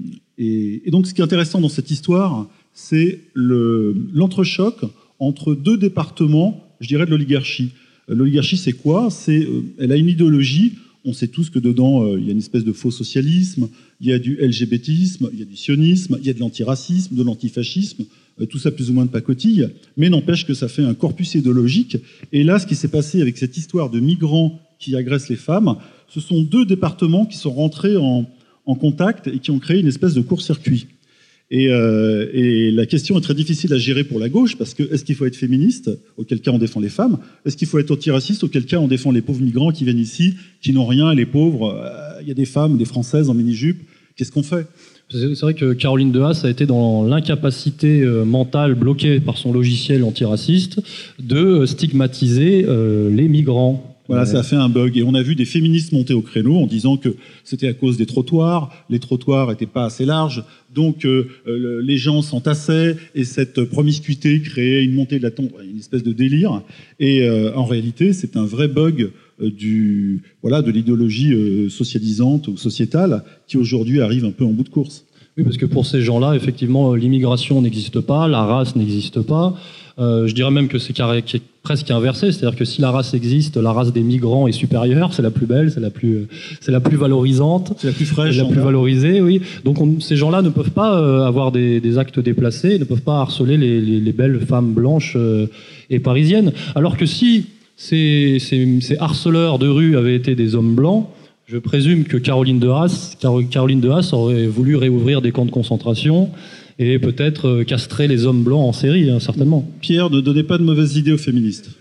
[SPEAKER 2] et, et donc, ce qui est intéressant dans cette histoire, c'est le, l'entrechoc entre deux départements, je dirais, de l'oligarchie. L'oligarchie, c'est quoi ? C'est, euh, elle a une idéologie. On sait tous que dedans, euh, il y a une espèce de faux socialisme, il y a du LGBTisme, il y a du sionisme, il y a de l'antiracisme, de l'antifascisme, euh, tout ça plus ou moins de pacotille, mais n'empêche que ça fait un corpus idéologique. Et là, ce qui s'est passé avec cette histoire de migrants qui agressent les femmes, ce sont deux départements qui sont rentrés en, en contact et qui ont créé une espèce de court-circuit. Et, euh, et la question est très difficile à gérer pour la gauche, parce que est-ce qu'il faut être féministe, auquel cas on défend les femmes ? Est-ce qu'il faut être antiraciste, auquel cas on défend les pauvres migrants qui viennent ici, qui n'ont rien, les pauvres, il euh, y a des femmes, des Françaises en mini-jupe, qu'est-ce qu'on fait ?
[SPEAKER 1] C'est vrai que Caroline de Haas a été dans l'incapacité mentale, bloquée par son logiciel antiraciste, de stigmatiser euh, les migrants.
[SPEAKER 2] Voilà, ça a fait un bug. Et on a vu des féministes monter au créneau en disant que c'était à cause des trottoirs, les trottoirs n'étaient pas assez larges, donc euh, les gens s'entassaient, et cette promiscuité créait une montée de la tombe, une espèce de délire. Et euh, en réalité, c'est un vrai bug euh, du, voilà, de l'idéologie euh, socialisante ou sociétale qui aujourd'hui arrive un peu en bout de course.
[SPEAKER 1] Oui, parce que pour ces gens-là, effectivement, l'immigration n'existe pas, la race n'existe pas. Euh, je dirais même que c'est carré, qui est presque inversé, c'est-à-dire que si la race existe, la race des migrants est supérieure, c'est la plus belle, c'est la plus, c'est la plus valorisante,
[SPEAKER 2] c'est la plus fraîche,
[SPEAKER 1] la plus valorisée, oui. Donc on, ces gens-là ne peuvent pas euh, avoir des, des actes déplacés, ne peuvent pas harceler les, les, les belles femmes blanches euh, et parisiennes. Alors que si ces, ces, ces harceleurs de rue avaient été des hommes blancs, je présume que Caroline de Haas, Caroline de Haas aurait voulu réouvrir des camps de concentration et peut-être castrer les hommes blancs en série, hein, certainement.
[SPEAKER 2] Pierre, ne donnez pas de mauvaises idées aux féministes.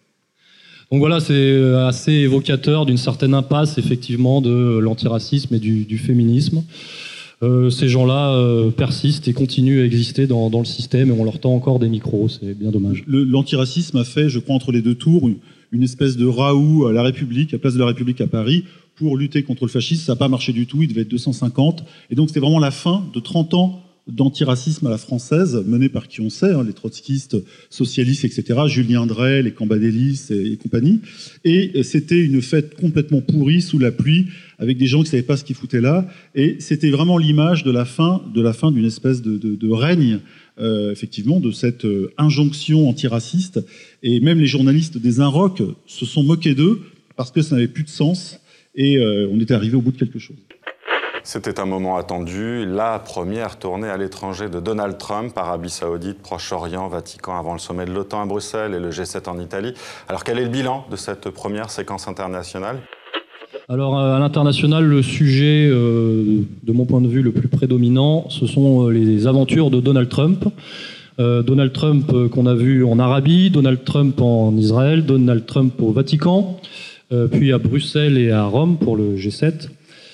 [SPEAKER 1] Donc voilà, c'est assez évocateur d'une certaine impasse, effectivement, de l'antiracisme et du, du féminisme. Euh, ces gens-là euh, persistent et continuent à exister dans, dans le système, et on leur tend encore des micros, c'est bien dommage.
[SPEAKER 2] Le, l'antiracisme a fait, je crois, entre les deux tours, une, une espèce de raout à la République, à Place de la République à Paris, pour lutter contre le fascisme. Ça n'a pas marché du tout, il devait être deux cent cinquante. Et donc c'était vraiment la fin de trente ans d'antiracisme à la française, mené par qui on sait, hein, les trotskistes, socialistes, et cetera, Julien Drey, les Cambadélis et, et compagnie. Et c'était une fête complètement pourrie, sous la pluie, avec des gens qui ne savaient pas ce qu'ils foutaient là. Et c'était vraiment l'image de la fin, de la fin d'une espèce de, de, de règne, euh, effectivement, de cette euh, injonction antiraciste. Et même les journalistes des Inrocks se sont moqués d'eux parce que ça n'avait plus de sens. Et euh, on était arrivé au bout de quelque chose.
[SPEAKER 10] C'était un moment attendu, la première tournée à l'étranger de Donald Trump, Arabie Saoudite, Proche-Orient, Vatican, avant le sommet de l'OTAN à Bruxelles et le G sept en Italie. Alors quel est le bilan de cette première séquence internationale ?
[SPEAKER 1] Alors à l'international, le sujet, euh, de mon point de vue, le plus prédominant, ce sont les aventures de Donald Trump. Euh, Donald Trump euh, qu'on a vu en Arabie, Donald Trump en Israël, Donald Trump au Vatican, euh, puis à Bruxelles et à Rome pour le G sept.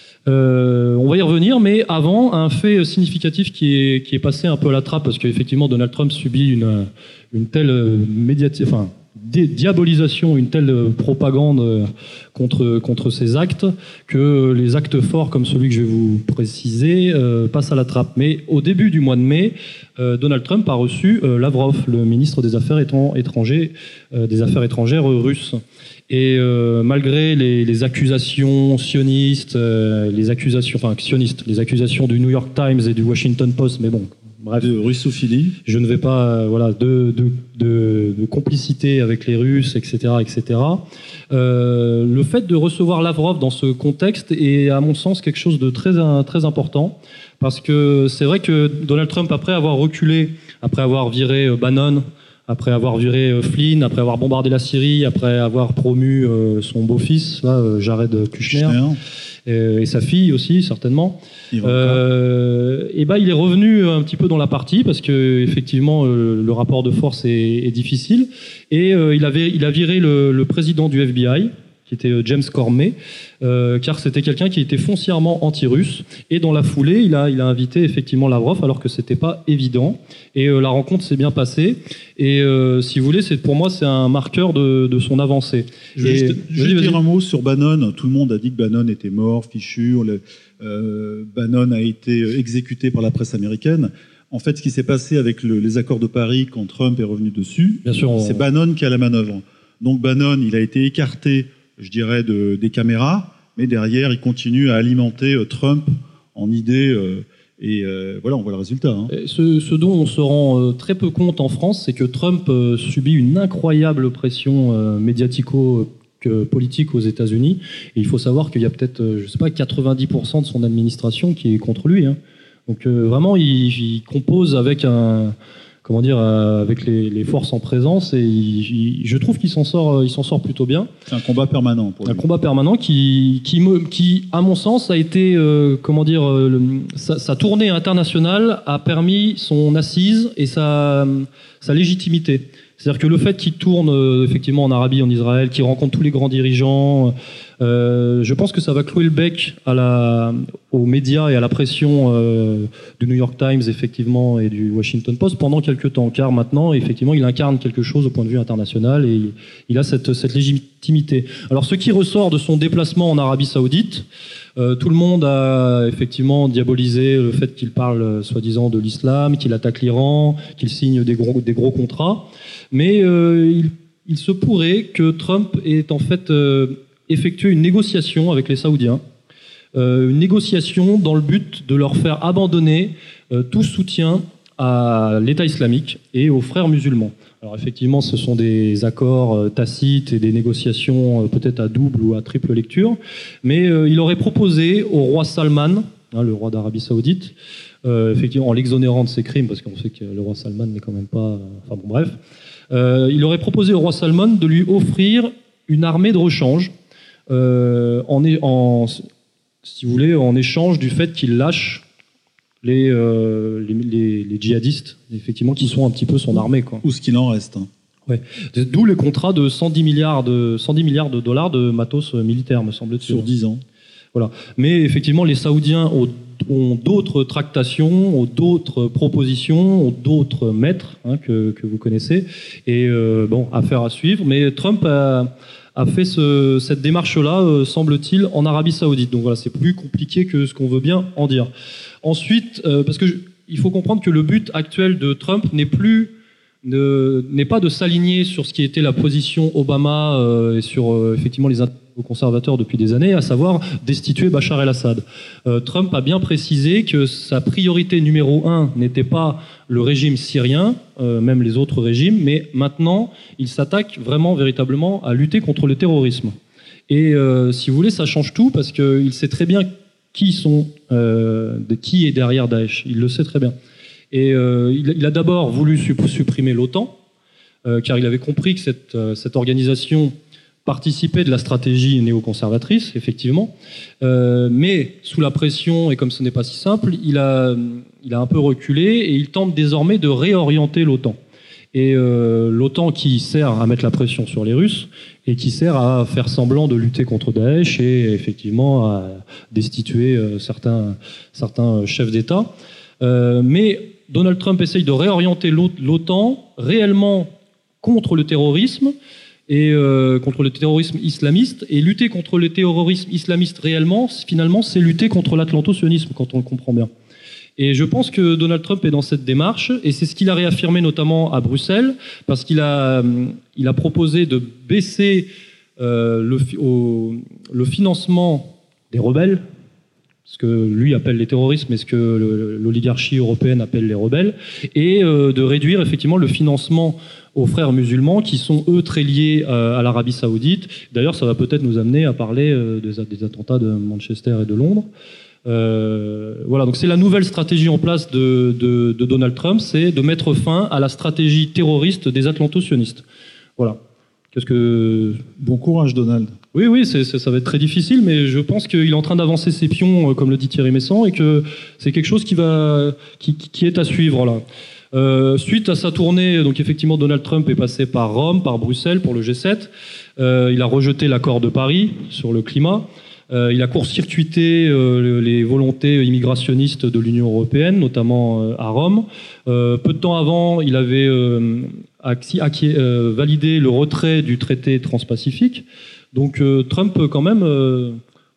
[SPEAKER 1] Euh, on va y revenir, mais avant, un fait significatif qui est, qui est passé un peu à la trappe, parce qu'effectivement Donald Trump subit une, une telle médiati- enfin, di- diabolisation, une telle propagande contre, contre ses actes, que les actes forts comme celui que je vais vous préciser euh, passent à la trappe. Mais au début du mois de mai, euh, Donald Trump a reçu euh, Lavrov, le ministre des Affaires étrangères, euh, des Affaires étrangères russe. Et euh, malgré les, les accusations sionistes, euh, les accusations, enfin sionistes, les accusations du New York Times et du Washington Post, mais bon, bref,
[SPEAKER 2] de russophilie,
[SPEAKER 1] je ne vais pas, euh, voilà, de, de, de, de complicité avec les Russes, et cetera, et cetera. Euh, le fait de recevoir Lavrov dans ce contexte est, à mon sens, quelque chose de très, très important, parce que c'est vrai que Donald Trump, après avoir reculé, après avoir viré euh, Bannon, après avoir viré Flynn, après avoir bombardé la Syrie, après avoir promu euh, son beau-fils, là, euh, Jared Kushner, et, et sa fille aussi, certainement, euh, et ben, il est revenu un petit peu dans la partie, parce que effectivement euh, le rapport de force est, est difficile, et euh, il, avait, il a viré le, le président du F B I, qui était James Comey, euh, car c'était quelqu'un qui était foncièrement anti-russe. Et dans la foulée, il a, il a invité effectivement Lavrov, alors que c'était pas évident. Et euh, la rencontre s'est bien passée. Et euh, si vous voulez, c'est, pour moi, c'est un marqueur de, de son avancée.
[SPEAKER 2] Je vais juste, juste dire un mot sur Bannon. Tout le monde a dit que Bannon était mort, fichu. Le, euh, Bannon a été exécuté par la presse américaine. En fait, ce qui s'est passé avec le, les accords de Paris quand Trump est revenu dessus,
[SPEAKER 1] Bien sûr, on...
[SPEAKER 2] c'est Bannon qui a la manœuvre. Donc Bannon, il a été écarté, je dirais, de, des caméras, mais derrière, il continue à alimenter euh, Trump en idées. Euh, et euh, voilà, on voit le résultat. Hein.
[SPEAKER 1] Ce, ce dont on se rend euh, très peu compte en France, c'est que Trump euh, subit une incroyable pression euh, médiatico que politique aux États-Unis. Et il faut savoir qu'il y a peut-être, euh, je sais pas, quatre-vingt-dix pour cent de son administration qui est contre lui. Hein. Donc euh, vraiment, il, il compose avec un, comment dire, euh, avec les, les forces en présence, et il, il, je trouve qu'il s'en sort, il s'en sort plutôt bien.
[SPEAKER 2] C'est un combat permanent pour lui.
[SPEAKER 1] Un combat permanent qui, qui, me, qui à mon sens, a été, euh, comment dire, euh, le, sa, sa tournée internationale a permis son assise et sa, sa légitimité. C'est-à-dire que le fait qu'il tourne euh, effectivement en Arabie, en Israël, qu'il rencontre tous les grands dirigeants, euh, je pense que ça va clouer le bec à la, aux médias et à la pression euh, du New York Times effectivement et du Washington Post pendant quelques temps. Car maintenant, effectivement, il incarne quelque chose au point de vue international et il, il a cette, cette légitimité. Alors, ce qui ressort de son déplacement en Arabie Saoudite, euh, tout le monde a effectivement diabolisé le fait qu'il parle soi-disant de l'islam, qu'il attaque l'Iran, qu'il signe des gros, des gros contrats. Mais euh, il, il se pourrait que Trump ait en fait euh, effectué une négociation avec les Saoudiens, euh, une négociation dans le but de leur faire abandonner euh, tout soutien à l'État islamique et aux frères musulmans. Alors effectivement, ce sont des accords euh, tacites et des négociations euh, peut-être à double ou à triple lecture, mais euh, il aurait proposé au roi Salman, hein, le roi d'Arabie Saoudite, euh, effectivement en l'exonérant de ses crimes, parce qu'on sait que le roi Salman n'est quand même pas... Euh, enfin bon, bref. Euh, il aurait proposé au roi Salman de lui offrir une armée de rechange, euh, en, en, si vous voulez, en échange du fait qu'il lâche les, euh, les, les, les djihadistes, effectivement, qui sont un petit peu son armée, quoi.
[SPEAKER 2] Ou ce qu'il en reste. Hein.
[SPEAKER 1] Ouais. D'où le contrat de cent dix milliards de, cent dix milliards de dollars de matos militaire, me semble-t-il.
[SPEAKER 2] Sur dix ans.
[SPEAKER 1] Voilà. Mais effectivement, les Saoudiens ont, ont d'autres tractations, ont d'autres propositions, ont d'autres maîtres hein, que, que vous connaissez. Et euh, bon, affaire à suivre. Mais Trump a, a fait ce, cette démarche-là, euh, semble-t-il, en Arabie Saoudite. Donc voilà, c'est plus compliqué que ce qu'on veut bien en dire. Ensuite, euh, parce que je, il faut comprendre que le but actuel de Trump n'est plus ne, n'est pas de s'aligner sur ce qui était la position Obama euh, et sur euh, effectivement les conservateurs depuis des années, à savoir destituer Bachar el-Assad. Euh, Trump a bien précisé que sa priorité numéro un n'était pas le régime syrien, euh, même les autres régimes, mais maintenant, il s'attaque vraiment, véritablement, à lutter contre le terrorisme. Et euh, si vous voulez, ça change tout, parce qu'il sait très bien qui sont, euh, de, qui est derrière Daesh. Il le sait très bien. Et euh, il, il a d'abord voulu supprimer l'OTAN, euh, car il avait compris que cette, euh, cette organisation participer de la stratégie néoconservatrice, effectivement, euh, mais sous la pression, et comme ce n'est pas si simple, il a, il a un peu reculé et il tente désormais de réorienter l'OTAN. Et euh, l'OTAN qui sert à mettre la pression sur les Russes et qui sert à faire semblant de lutter contre Daesh et effectivement à destituer euh, certains, certains chefs d'État. Euh, mais Donald Trump essaye de réorienter l'OTAN réellement contre le terrorisme, et euh, contre le terrorisme islamiste, et lutter contre le terrorisme islamiste réellement, finalement, c'est lutter contre l'atlanto-sionisme, quand on le comprend bien. Et je pense que Donald Trump est dans cette démarche, et c'est ce qu'il a réaffirmé notamment à Bruxelles, parce qu'il a, il a proposé de baisser euh, le, au, le financement des rebelles, ce que lui appelle les terroristes, mais ce que l'oligarchie européenne appelle les rebelles, et euh, de réduire effectivement le financement aux frères musulmans qui sont eux très liés euh, à l'Arabie Saoudite. D'ailleurs, ça va peut-être nous amener à parler euh, des, des attentats de Manchester et de Londres. Euh, voilà, donc c'est la nouvelle stratégie en place de, de, de Donald Trump, c'est de mettre fin à la stratégie terroriste des atlanto-sionistes. Voilà. Qu'est-ce que...
[SPEAKER 2] Bon courage, Donald.
[SPEAKER 1] Oui, oui, c'est, c'est, ça va être très difficile, mais je pense qu'il est en train d'avancer ses pions, euh, comme le dit Thierry Messant, et que c'est quelque chose qui, va, qui, qui est à suivre, là. Euh, suite à sa tournée, donc effectivement Donald Trump est passé par Rome, par Bruxelles pour le G sept. Euh, il a rejeté l'accord de Paris sur le climat. Euh, il a court-circuité euh, les volontés immigrationnistes de l'Union européenne, notamment euh, à Rome. Euh, peu de temps avant, il avait euh, acquis, acquis, euh, validé le retrait du traité transpacifique. Donc euh, Trump quand même euh,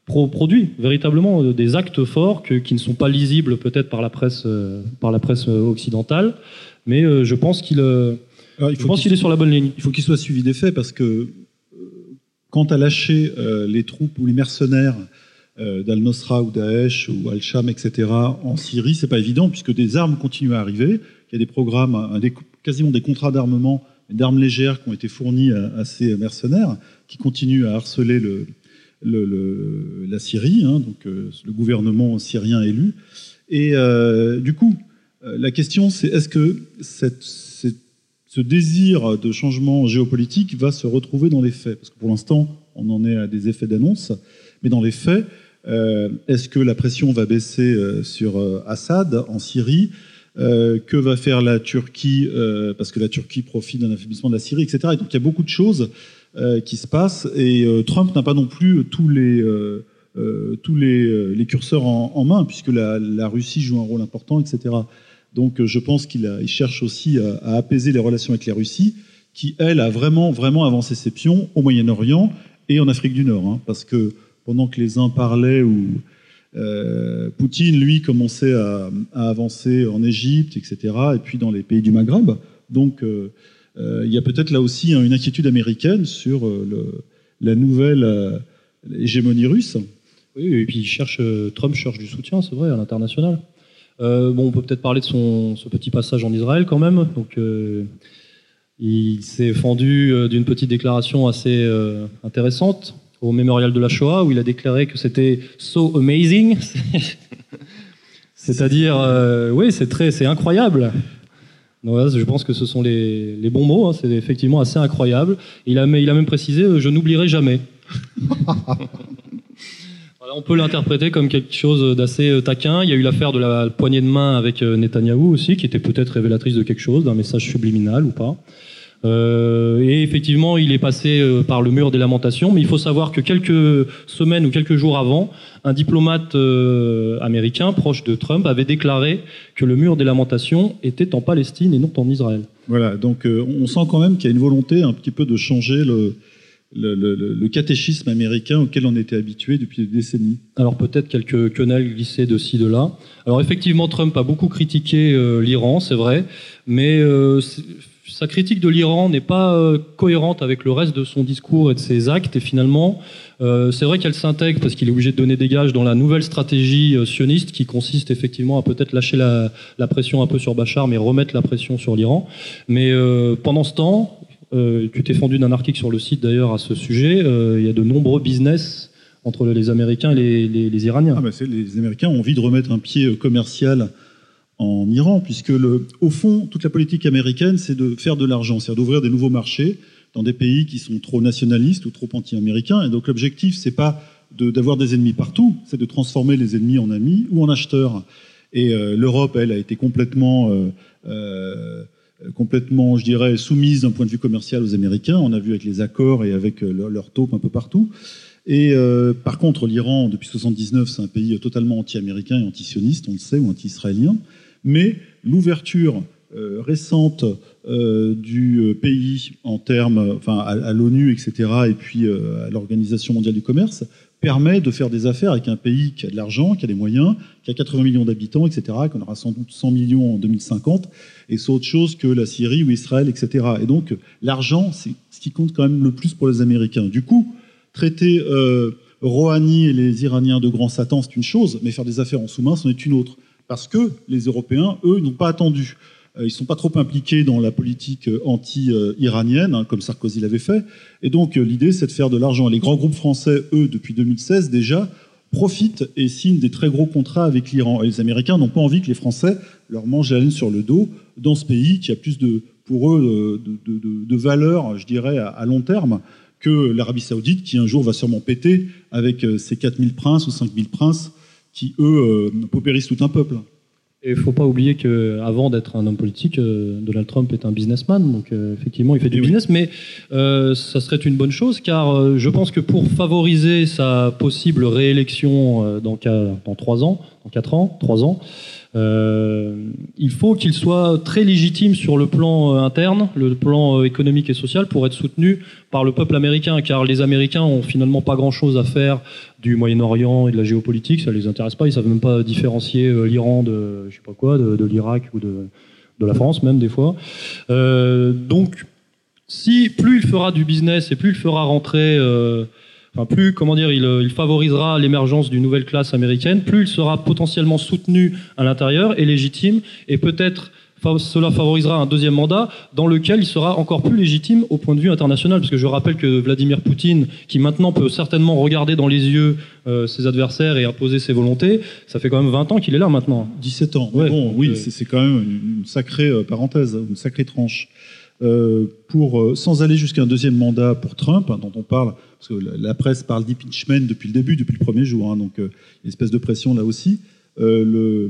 [SPEAKER 1] pro produit véritablement des actes forts que, qui ne sont pas lisibles peut-être par la presse, euh, par la presse occidentale, mais euh, je pense qu'il euh,
[SPEAKER 2] Alors, il
[SPEAKER 1] je
[SPEAKER 2] faut
[SPEAKER 1] pense
[SPEAKER 2] qu'il
[SPEAKER 1] qu'il est sur la bonne ligne.
[SPEAKER 2] Il faut qu'il soit suivi des faits parce que euh, quand à lâcher euh, les troupes ou les mercenaires euh, d'Al-Nosra ou Daesh ou Al-Sham, et cetera, en Syrie, c'est pas évident puisque des armes continuent à arriver. Il y a des programmes, un des, quasiment des contrats d'armement, d'armes légères qui ont été fournis à, à ces mercenaires qui continuent à harceler le, le, le, la Syrie, hein, donc euh, le gouvernement syrien élu. Et euh, du coup, euh, la question c'est est-ce que cette, cette, ce désir de changement géopolitique va se retrouver dans les faits? Parce que pour l'instant, on en est à des effets d'annonce, mais dans les faits, euh, est-ce que la pression va baisser euh, sur euh, Assad en Syrie? Euh, que va faire la Turquie, euh, parce que la Turquie profite d'un affaiblissement de la Syrie, et cetera. Et donc il y a beaucoup de choses euh, qui se passent, et euh, Trump n'a pas non plus tous les, euh, euh, tous les, euh, les curseurs en, en main, puisque la, la Russie joue un rôle important, et cetera. Donc euh, je pense qu'il a, il cherche aussi à, à apaiser les relations avec la Russie, qui, elle, a vraiment, vraiment avancé ses pions au Moyen-Orient et en Afrique du Nord, hein, parce que pendant que les uns parlaient ou... Euh, Poutine, lui, commençait à, à avancer en Égypte, et cetera, et puis dans les pays du Maghreb. Donc, euh, euh, il y a peut-être là aussi hein, une inquiétude américaine sur euh, le, la nouvelle euh, hégémonie russe.
[SPEAKER 1] Oui, et puis il cherche, euh, Trump cherche du soutien, c'est vrai, à l'international. Euh, bon, on peut peut-être parler de son, ce petit passage en Israël quand même. Donc, euh, il s'est fendu euh, d'une petite déclaration assez euh, intéressante au mémorial de la Shoah, où il a déclaré que c'était so amazing, c'est-à-dire, euh, oui, c'est très, c'est incroyable. Donc, voilà, je pense que ce sont les, les bons mots. Hein, c'est effectivement assez incroyable. Il a, il a même précisé, euh, je n'oublierai jamais. Voilà, on peut l'interpréter comme quelque chose d'assez taquin. Il y a eu l'affaire de la poignée de main avec Netanyahou aussi, qui était peut-être révélatrice de quelque chose, d'un message subliminal ou pas. Euh, et effectivement, il est passé euh, par le mur des lamentations, mais il faut savoir que quelques semaines ou quelques jours avant, un diplomate euh, américain proche de Trump avait déclaré que le mur des lamentations était en Palestine et non en Israël.
[SPEAKER 2] Voilà, donc euh, on sent quand même qu'il y a une volonté un petit peu de changer le, le, le, le catéchisme américain auquel on était habitué depuis des décennies.
[SPEAKER 1] Alors peut-être quelques quenelles glissées de ci, de là. Alors effectivement, Trump a beaucoup critiqué euh, l'Iran, c'est vrai, mais... Euh, sa critique de l'Iran n'est pas euh, cohérente avec le reste de son discours et de ses actes. Et finalement, euh, c'est vrai qu'elle s'intègre parce qu'il est obligé de donner des gages dans la nouvelle stratégie euh, sioniste qui consiste effectivement à peut-être lâcher la, la pression un peu sur Bachar, mais remettre la pression sur l'Iran. Mais euh, pendant ce temps, euh, tu t'es fendu d'un article sur le site d'ailleurs à ce sujet, euh, il y a de nombreux business entre les Américains et les, les, les Iraniens.
[SPEAKER 2] Ah bah c'est, les Américains ont envie de remettre un pied commercial en Iran, puisque le, au fond, toute la politique américaine, c'est de faire de l'argent, c'est-à-dire d'ouvrir des nouveaux marchés dans des pays qui sont trop nationalistes ou trop anti-américains. Et donc l'objectif, c'est pas de, d'avoir des ennemis partout, c'est de transformer les ennemis en amis ou en acheteurs. Et euh, l'Europe, elle, a été complètement, euh, euh, complètement, je dirais, soumise d'un point de vue commercial aux Américains. On a vu avec les accords et avec euh, leur, leur taupe un peu partout. Et euh, par contre, l'Iran, depuis soixante-dix-neuf, c'est un pays totalement anti-américain et anti-sioniste, on le sait, ou anti-israélien. Mais l'ouverture euh, récente euh, du pays en termes, enfin à, à l'ONU, et cetera, et puis euh, à l'Organisation mondiale du commerce, permet de faire des affaires avec un pays qui a de l'argent, qui a des moyens, qui a quatre-vingts millions d'habitants, et cetera, qu'on aura sans doute cent millions en deux mille cinquante, et c'est autre chose que la Syrie ou Israël, et cetera. Et donc l'argent, c'est ce qui compte quand même le plus pour les Américains. Du coup, traiter euh, Rouhani et les Iraniens de grands satans, c'est une chose, mais faire des affaires en sous-main, c'en est une autre. Parce que les Européens, eux, n'ont pas attendu. Ils ne sont pas trop impliqués dans la politique anti-iranienne, hein, comme Sarkozy l'avait fait. Et donc, l'idée, c'est de faire de l'argent. Les grands groupes français, eux, depuis deux mille seize, déjà, profitent et signent des très gros contrats avec l'Iran. Et les Américains n'ont pas envie que les Français leur mangent la laine sur le dos dans ce pays qui a plus, de, pour eux, de, de, de, de valeur, je dirais, à, à long terme, que l'Arabie Saoudite, qui un jour va sûrement péter avec ses quatre mille princes ou cinq mille princes, qui, eux, euh, paupérisent tout un peuple.
[SPEAKER 1] Et il ne faut pas oublier qu'avant d'être un homme politique, euh, Donald Trump est un businessman, donc euh, effectivement, il fait du et business, oui. mais euh, ça serait une bonne chose, car euh, je pense que pour favoriser sa possible réélection euh, dans, dans trois ans, dans quatre ans, trois ans, Euh, il faut qu'il soit très légitime sur le plan euh, interne, le plan euh, économique et social, pour être soutenu par le peuple américain, car les Américains ont finalement pas grand-chose à faire du Moyen-Orient et de la géopolitique, ça les intéresse pas, ils savent même pas différencier euh, l'Iran de, je sais pas quoi, de, de l'Irak ou de, de la France même des fois. Euh, donc, si plus il fera du business et plus il fera rentrer... Euh, Enfin, plus, comment dire, il, il favorisera l'émergence d'une nouvelle classe américaine, plus il sera potentiellement soutenu à l'intérieur et légitime, et peut-être cela favorisera un deuxième mandat dans lequel il sera encore plus légitime au point de vue international, parce que je rappelle que Vladimir Poutine, qui maintenant peut certainement regarder dans les yeux euh, ses adversaires et imposer ses volontés, ça fait quand même vingt ans qu'il est là maintenant.
[SPEAKER 2] dix-sept ans.
[SPEAKER 1] Ouais,
[SPEAKER 2] bon, oui,
[SPEAKER 1] euh...
[SPEAKER 2] c'est quand même une, une sacrée euh, parenthèse, une sacrée tranche. Euh, pour, euh, sans aller jusqu'à un deuxième mandat pour Trump, hein, dont on parle, parce que la, la presse parle d'impeachment depuis le début, depuis le premier jour, hein, donc euh, il y a une espèce de pression là aussi. Euh, le,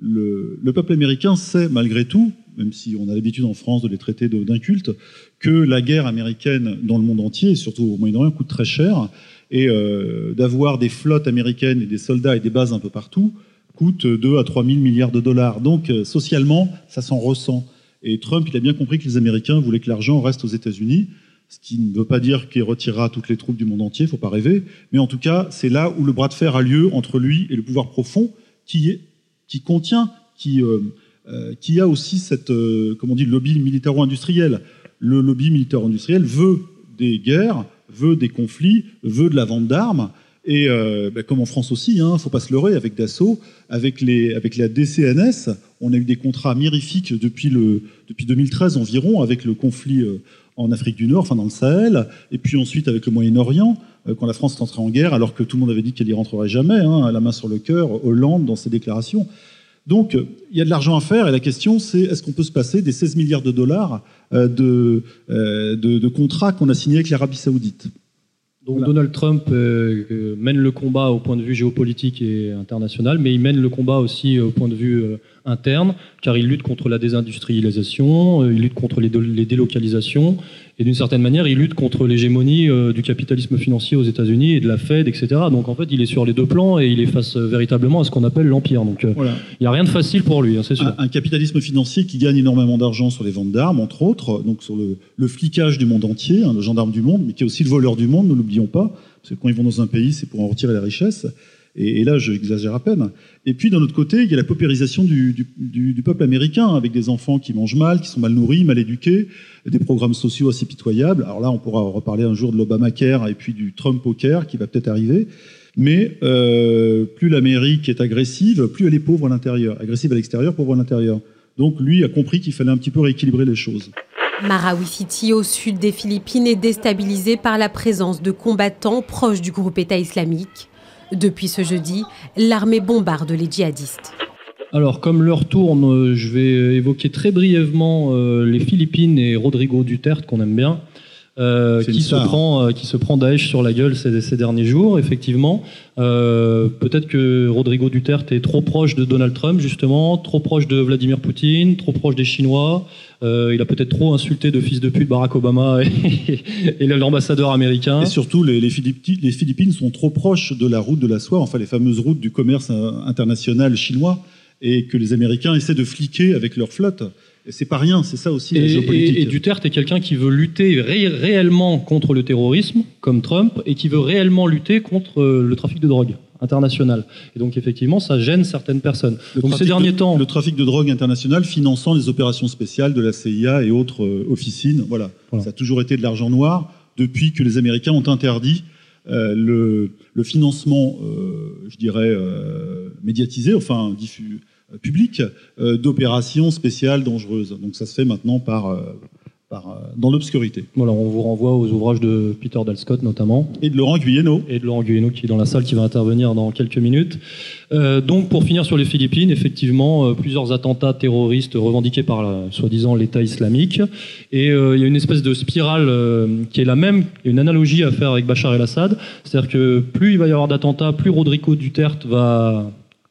[SPEAKER 2] le, le peuple américain sait malgré tout, même si on a l'habitude en France de les traiter d'incultes, que la guerre américaine dans le monde entier, et surtout au Moyen-Orient, coûte très cher, et euh, d'avoir des flottes américaines et des soldats et des bases un peu partout coûte deux à trois mille milliards de dollars. Donc euh, socialement, ça s'en ressent. Et Trump, il a bien compris que les Américains voulaient que l'argent reste aux États-Unis, ce qui ne veut pas dire qu'il retirera toutes les troupes du monde entier, il ne faut pas rêver, mais en tout cas, c'est là où le bras de fer a lieu entre lui et le pouvoir profond, qui, est, qui contient, qui, euh, euh, qui a aussi cette, euh, comment on dit, lobby militaro-industriel. Le lobby militaro-industriel veut des guerres, veut des conflits, veut de la vente d'armes, et euh, bah, comme en France aussi, il hein, ne faut pas se leurrer, avec Dassault, avec, les, avec la D C N S, on a eu des contrats mirifiques depuis, le, depuis deux mille treize environ, avec le conflit euh, en Afrique du Nord, enfin dans le Sahel, et puis ensuite avec le Moyen-Orient, euh, quand la France est entrée en guerre, alors que tout le monde avait dit qu'elle n'y rentrerait jamais, hein, la main sur le cœur, Hollande dans ses déclarations. Donc il euh, y a de l'argent à faire, et la question c'est est-ce qu'on peut se passer des seize milliards de dollars euh, de, euh, de, de contrats qu'on a signés avec l'Arabie Saoudite.
[SPEAKER 1] Donc voilà. Donald Trump euh, mène le combat au point de vue géopolitique et international, mais il mène le combat aussi au point de vue euh, interne, car il lutte contre la désindustrialisation, euh, il lutte contre les, les délocalisations, et d'une certaine manière, il lutte contre l'hégémonie euh, du capitalisme financier aux États-Unis et de la Fed, et cetera. Donc en fait, il est sur les deux plans et il est face euh, véritablement à ce qu'on appelle l'empire. Donc euh,
[SPEAKER 2] voilà.
[SPEAKER 1] Il n'y a rien de facile pour lui, hein, c'est sûr.
[SPEAKER 2] Un, un capitalisme financier qui gagne énormément d'argent sur les ventes d'armes, entre autres, donc sur le, le flicage du monde entier, hein, le gendarme du monde, mais qui est aussi le voleur du monde, ne l'oublions pas, parce que quand ils vont dans un pays, c'est pour en retirer la richesse. Et, et là, j'exagère à peine. Et puis, d'un autre côté, il y a la paupérisation du, du, du, du peuple américain, avec des enfants qui mangent mal, qui sont mal nourris, mal éduqués, des programmes sociaux assez pitoyables. Alors là, on pourra reparler un jour de l'Obamacare et puis du Trump-Care qui va peut-être arriver. Mais euh, plus l'Amérique est agressive, plus elle est pauvre à l'intérieur. Agressive à l'extérieur, pauvre à l'intérieur. Donc lui a compris qu'il fallait un petit peu rééquilibrer les choses.
[SPEAKER 11] Marawi City, au sud des Philippines, est déstabilisée par la présence de combattants proches du groupe État islamique. Depuis ce jeudi, l'armée bombarde les djihadistes.
[SPEAKER 1] Alors, comme l'heure tourne, je vais évoquer très brièvement euh, les Philippines et Rodrigo Duterte, qu'on aime bien, euh, qui, se prend, euh, qui se prend Daesh sur la gueule ces, ces derniers jours, effectivement. Euh, peut-être que Rodrigo Duterte est trop proche de Donald Trump, justement, trop proche de Vladimir Poutine, trop proche des Chinois. Euh, il a peut-être trop insulté de fils de pute Barack Obama et, et l'ambassadeur américain.
[SPEAKER 2] Et surtout, les, les, Philippines, les Philippines sont trop proches de la route de la soie, enfin les fameuses routes du commerce international chinois, et que les Américains essaient de fliquer avec leur flotte. Et c'est pas rien, c'est ça aussi la
[SPEAKER 1] et,
[SPEAKER 2] géopolitique.
[SPEAKER 1] Et, et Duterte est quelqu'un qui veut lutter ré réellement contre le terrorisme, comme Trump, et qui veut réellement lutter contre le trafic de drogue international. Et donc effectivement, ça gêne certaines personnes.
[SPEAKER 2] Le
[SPEAKER 1] donc ces derniers
[SPEAKER 2] de,
[SPEAKER 1] temps,
[SPEAKER 2] le trafic de drogue international finançant les opérations spéciales de la C I A et autres euh, officines, voilà. voilà. Ça a toujours été de l'argent noir depuis que les Américains ont interdit euh, le, le financement, euh, je dirais, euh, médiatisé, enfin diffus, euh, public, euh, d'opérations spéciales dangereuses. Donc ça se fait maintenant par euh, Par, euh, dans l'obscurité.
[SPEAKER 1] Voilà, on vous renvoie aux ouvrages de Peter Dalscott notamment.
[SPEAKER 2] Et de Laurent Guyeno.
[SPEAKER 1] Et de Laurent Guyeno qui est dans la salle, qui va intervenir dans quelques minutes. Euh, donc pour finir sur les Philippines, effectivement, euh, plusieurs attentats terroristes revendiqués par, euh, soi-disant, l'État islamique. Et euh, il y a une espèce de spirale euh, qui est la même, il y a une analogie à faire avec Bachar el-Assad. C'est-à-dire que plus il va y avoir d'attentats, plus Rodrigo Duterte va...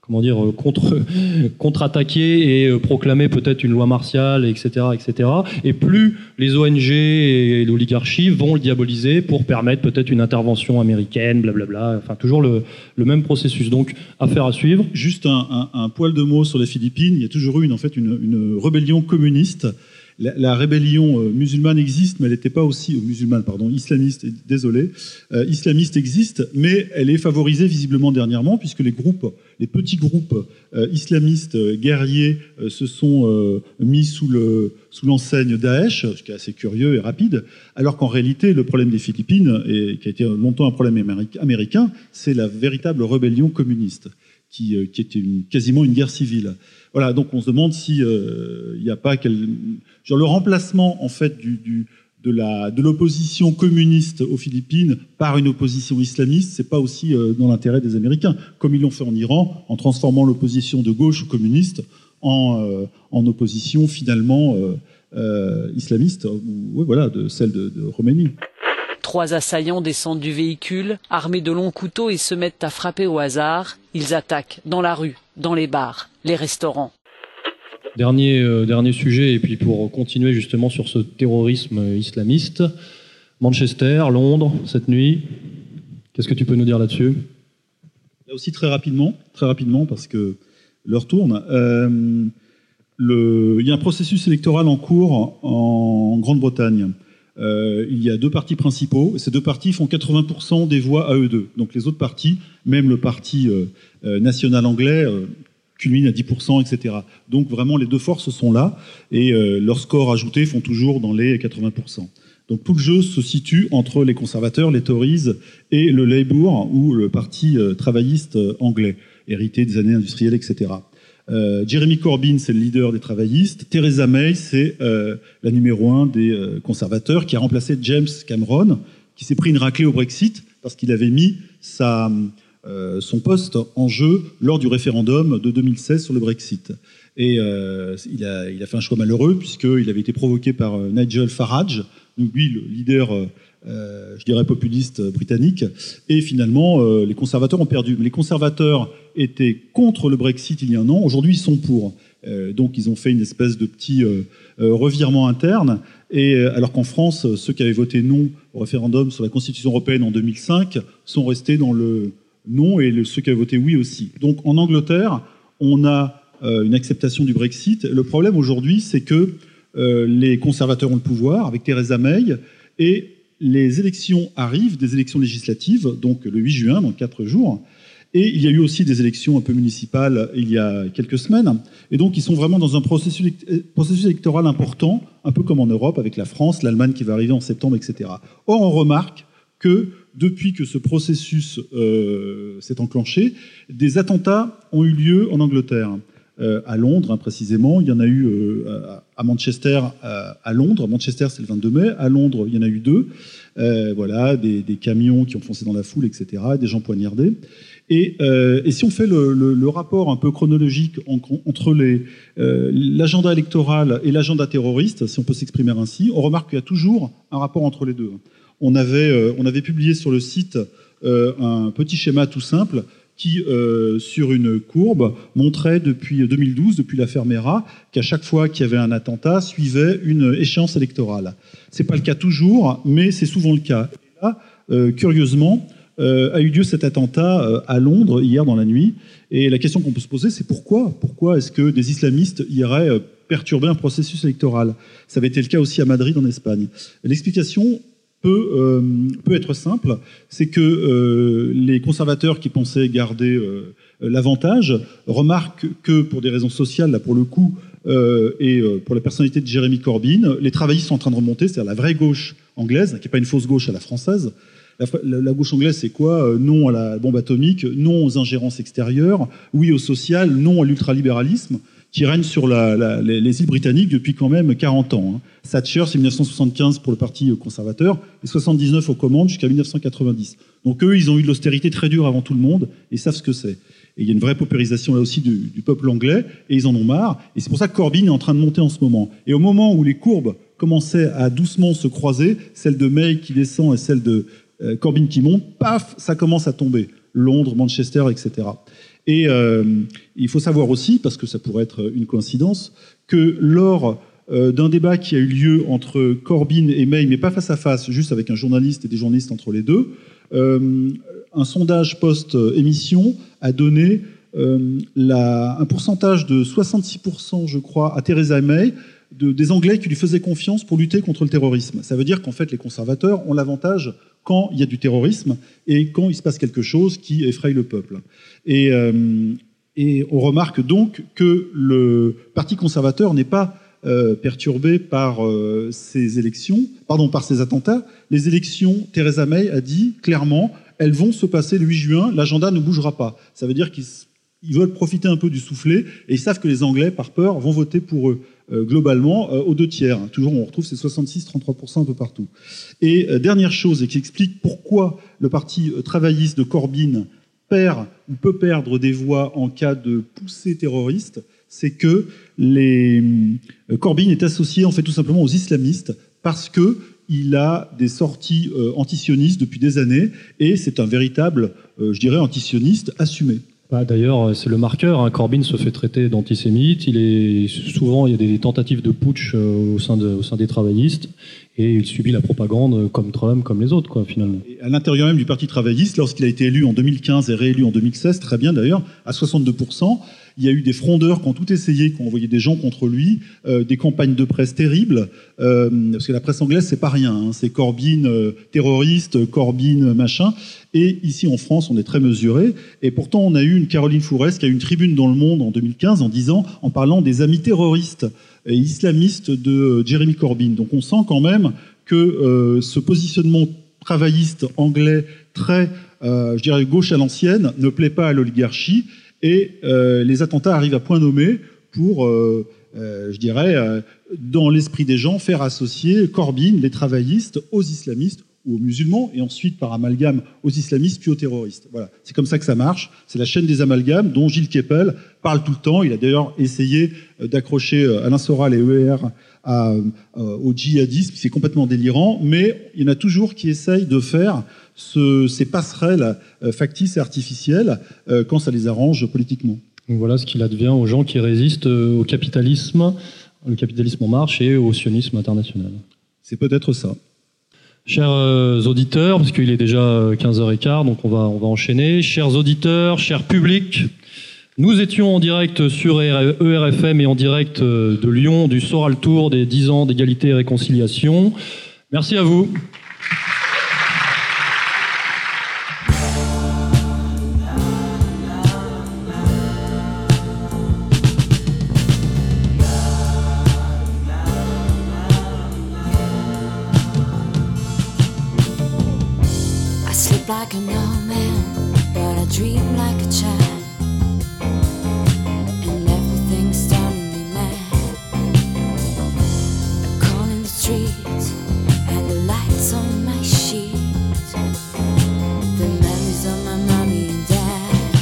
[SPEAKER 1] comment dire, contre, contre-attaquer et proclamer peut-être une loi martiale, et cetera, et cetera. Et plus les O N G et l'oligarchie vont le diaboliser pour permettre peut-être une intervention américaine, blablabla. Enfin, toujours le, le même processus. Donc, affaire à suivre.
[SPEAKER 2] Juste un, un, un poil de mots sur les Philippines. Il y a toujours eu une, en fait, une, une rébellion communiste. La, la rébellion euh, musulmane existe, mais elle n'était pas aussi euh, musulmane, pardon, islamiste. Désolé, euh, islamiste existe, mais elle est favorisée visiblement dernièrement, puisque les groupes, les petits groupes euh, islamistes euh, guerriers euh, se sont euh, mis sous le sous l'enseigne Daesh, ce qui est assez curieux et rapide, alors qu'en réalité, le problème des Philippines, et qui a été longtemps un problème américain, c'est la véritable rébellion communiste, qui, euh, qui était une, quasiment une guerre civile. Voilà, donc on se demande si il euh, n'y a pas quel... Genre le remplacement en fait du, du, de, la, de l'opposition communiste aux Philippines par une opposition islamiste, c'est pas aussi euh, dans l'intérêt des Américains, comme ils l'ont fait en Iran, en transformant l'opposition de gauche ou communiste en, euh, en opposition finalement euh, euh, islamiste, ou ouais, voilà, de celle de, de Khomeini.
[SPEAKER 12] Trois assaillants descendent du véhicule, armés de longs couteaux, et se mettent à frapper au hasard. Ils attaquent dans la rue, dans les bars, les restaurants.
[SPEAKER 1] Dernier, euh, dernier sujet, et puis pour continuer justement sur ce terrorisme islamiste, Manchester, Londres, cette nuit, qu'est-ce que tu peux nous dire là-dessus?
[SPEAKER 2] Là aussi très rapidement, très rapidement parce que l'heure tourne. Euh, le, il y a un processus électoral en cours en Grande-Bretagne. Euh, il y a deux partis principaux, et ces deux partis font quatre-vingts pour cent des voix à eux deux. Donc les autres partis, même le parti euh, euh, national anglais, euh, culmine à dix pour cent, et cetera. Donc vraiment les deux forces sont là, et euh, leurs scores ajoutés font toujours dans les quatre-vingts pour cent. Donc tout le jeu se situe entre les conservateurs, les Tories, et le Labour, ou le parti euh, travailliste euh, anglais, hérité des années industrielles, et cetera. Euh, Jeremy Corbyn, c'est le leader des travaillistes. Theresa May, c'est euh, la numéro un des euh, conservateurs, qui a remplacé James Cameron, qui s'est pris une raclée au Brexit parce qu'il avait mis sa, euh, son poste en jeu lors du référendum de deux mille seize sur le Brexit. Et euh, il, a, il a fait un choix malheureux puisqu'il avait été provoqué par euh, Nigel Farage, donc lui, le leader, euh, je dirais, populiste britannique. Et finalement, euh, les conservateurs ont perdu. Mais les conservateurs étaient contre le Brexit il y a un an. Aujourd'hui, ils sont pour. Euh, donc, ils ont fait une espèce de petit euh, euh, revirement interne. Et euh, alors qu'en France, ceux qui avaient voté non au référendum sur la Constitution européenne en deux mille cinq sont restés dans le non, et le, ceux qui avaient voté oui aussi. Donc, en Angleterre, on a euh, une acceptation du Brexit. Le problème aujourd'hui, c'est que euh, les conservateurs ont le pouvoir avec Theresa May, et les élections arrivent, des élections législatives, donc le huit juin, dans quatre jours. Et il y a eu aussi des élections un peu municipales il y a quelques semaines. Et donc, ils sont vraiment dans un processus, processus électoral important, un peu comme en Europe, avec la France, l'Allemagne qui va arriver en septembre, et cetera. Or, on remarque que depuis que ce processus euh, s'est enclenché, des attentats ont eu lieu en Angleterre. Euh, à Londres, hein, précisément. Il y en a eu euh, à Manchester, à, à Londres. Manchester, c'est le vingt-deux mai. À Londres, il y en a eu deux. Euh, voilà, des, des camions qui ont foncé dans la foule, et cetera, des gens poignardés. Et, euh, et si on fait le, le, le rapport un peu chronologique en, entre les, euh, l'agenda électoral et l'agenda terroriste, si on peut s'exprimer ainsi, on remarque qu'il y a toujours un rapport entre les deux. On avait, euh, on avait publié sur le site euh, un petit schéma tout simple qui, euh, sur une courbe, montrait depuis deux mille douze, depuis l'affaire Mera, qu'à chaque fois qu'il y avait un attentat, suivait une échéance électorale. C'est pas le cas toujours, mais c'est souvent le cas. Et là, euh, curieusement, euh, a eu lieu cet attentat euh, à Londres, hier dans la nuit. Et la question qu'on peut se poser, c'est pourquoi Pourquoi est-ce que des islamistes iraient euh, perturber un processus électoral? Ça avait été le cas aussi à Madrid, en Espagne. L'explication Peut, euh, peut être simple, c'est que euh, les conservateurs qui pensaient garder euh, l'avantage remarquent que pour des raisons sociales, là pour le coup, euh, et euh, pour la personnalité de Jeremy Corbyn, les travaillistes sont en train de remonter, c'est-à-dire la vraie gauche anglaise, qui n'est pas une fausse gauche à la française. La, la, la gauche anglaise, c'est quoi? euh, Non à la bombe atomique, non aux ingérences extérieures, oui au social, non à l'ultralibéralisme, qui règne sur la, la, les, les îles britanniques depuis quand même quarante ans. Hein. Thatcher, c'est mille neuf cent soixante-quinze pour le parti conservateur, et soixante-dix-neuf aux commandes jusqu'à mille neuf cent quatre-vingt-dix. Donc eux, ils ont eu de l'austérité très dure avant tout le monde, et ils savent ce que c'est. Et il y a une vraie paupérisation là aussi du, du peuple anglais, et ils en ont marre. Et c'est pour ça que Corbyn est en train de monter en ce moment. Et au moment où les courbes commençaient à doucement se croiser, celle de May qui descend et celle de euh, Corbyn qui monte, paf, ça commence à tomber. Londres, Manchester, et cetera. Et euh, il faut savoir aussi, parce que ça pourrait être une coïncidence, que lors euh, d'un débat qui a eu lieu entre Corbyn et May, mais pas face à face, juste avec un journaliste et des journalistes entre les deux, euh, un sondage post-émission a donné euh, la, un pourcentage de soixante-six pour cent, je crois, à Theresa May, de, des Anglais qui lui faisaient confiance pour lutter contre le terrorisme. Ça veut dire qu'en fait, les conservateurs ont l'avantage quand il y a du terrorisme et quand il se passe quelque chose qui effraie le peuple. Et, euh, et on remarque donc que le Parti conservateur n'est pas euh, perturbé par euh, ces élections, pardon, par ces attentats. Les élections, Theresa May a dit clairement, elles vont se passer le huit juin, l'agenda ne bougera pas. Ça veut dire qu'ils ils veulent profiter un peu du soufflet et ils savent que les Anglais, par peur, vont voter pour eux. Euh, globalement, euh, aux deux tiers. Toujours, on retrouve ces soixante-six à trente-trois pour cent un peu partout. Et euh, dernière chose, et qui explique pourquoi le parti euh, travailliste de Corbyn perd ou peut perdre des voix en cas de poussée terroriste, c'est que les, euh, Corbyn est associé en fait tout simplement aux islamistes parce que il a des sorties euh, antisionistes depuis des années et c'est un véritable, euh, je dirais, antisioniste assumé.
[SPEAKER 1] Bah, d'ailleurs, c'est le marqueur. Hein. Corbyn se fait traiter d'antisémite. Il est souvent, il y a des tentatives de putsch euh, au sein de, au sein des travaillistes, et il subit la propagande comme Trump, comme les autres, quoi, finalement.
[SPEAKER 2] Et à l'intérieur même du Parti travailliste, lorsqu'il a été élu en deux mille quinze et réélu en deux mille seize, très bien d'ailleurs, à soixante-deux pour cent, il y a eu des frondeurs qui ont tout essayé, qui ont envoyé des gens contre lui, euh, des campagnes de presse terribles, euh, parce que la presse anglaise, c'est pas rien, hein, c'est Corbyn euh, terroriste, Corbyn machin. Et ici en France, on est très mesuré. Et pourtant, on a eu une Caroline Fourest qui a eu une tribune dans Le Monde en deux mille quinze en disant, en parlant des amis terroristes et islamistes de Jeremy Corbyn. Donc on sent quand même que euh, ce positionnement travailliste anglais très, euh, je dirais, gauche à l'ancienne ne plaît pas à l'oligarchie. Et euh, les attentats arrivent à point nommé pour, euh, euh, je dirais, euh, dans l'esprit des gens, faire associer Corbyn, les travaillistes, aux islamistes ou aux musulmans, et ensuite par amalgame aux islamistes puis aux terroristes. Voilà, c'est comme ça que ça marche. C'est la chaîne des amalgames dont Gilles Kepel parle tout le temps. Il a d'ailleurs essayé d'accrocher Alain Soral et E R à, à, au djihadisme. C'est complètement délirant, mais il y en a toujours qui essayent de faire ce, ces passerelles factices et artificielles euh, quand ça les arrange politiquement.
[SPEAKER 1] Donc voilà ce qu'il advient aux gens qui résistent au capitalisme, le capitalisme en marche et au sionisme international.
[SPEAKER 2] C'est peut-être ça.
[SPEAKER 1] Chers euh, auditeurs, parce qu'il est déjà quinze heures quinze, donc on va, on va enchaîner. Chers auditeurs, chers publics, nous étions en direct sur E R F M et en direct de Lyon, du Soral Tour des dix ans d'égalité et réconciliation. Merci à vous.
[SPEAKER 13] Like an old man, but I dream like a child, and everything's turning me mad. The call in the streets and the lights on my sheet, the memories of my mommy and dad.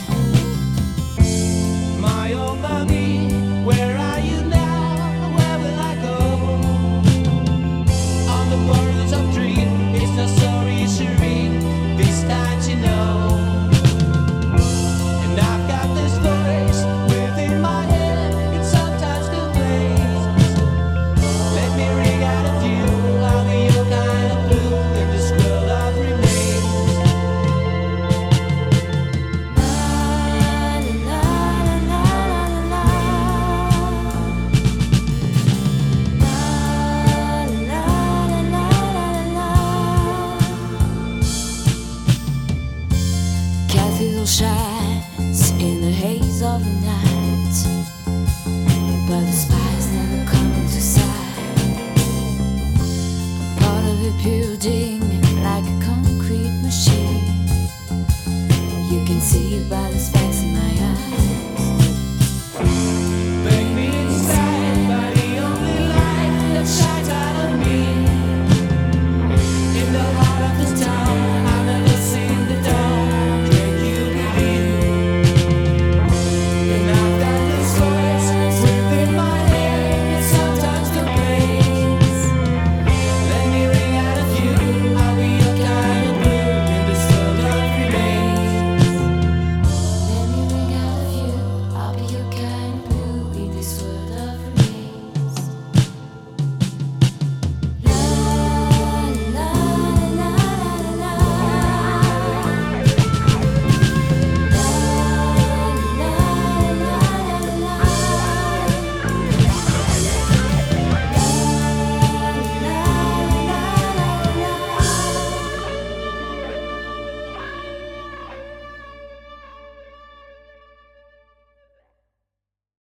[SPEAKER 13] My old mommy, where are you now? Where will I go? On the borders of dreams, it's not sorry, Cherie. This time you know, and I've got this voice within my head, it sometimes complains. Let me ring out a few, I'll be your kind of blue in this world of remains. La la la la la la la la la la la. Cathedral shines in the haze of the night, but the spies never come into sight. I'm part of a building like a concrete machine. You can see it by the specs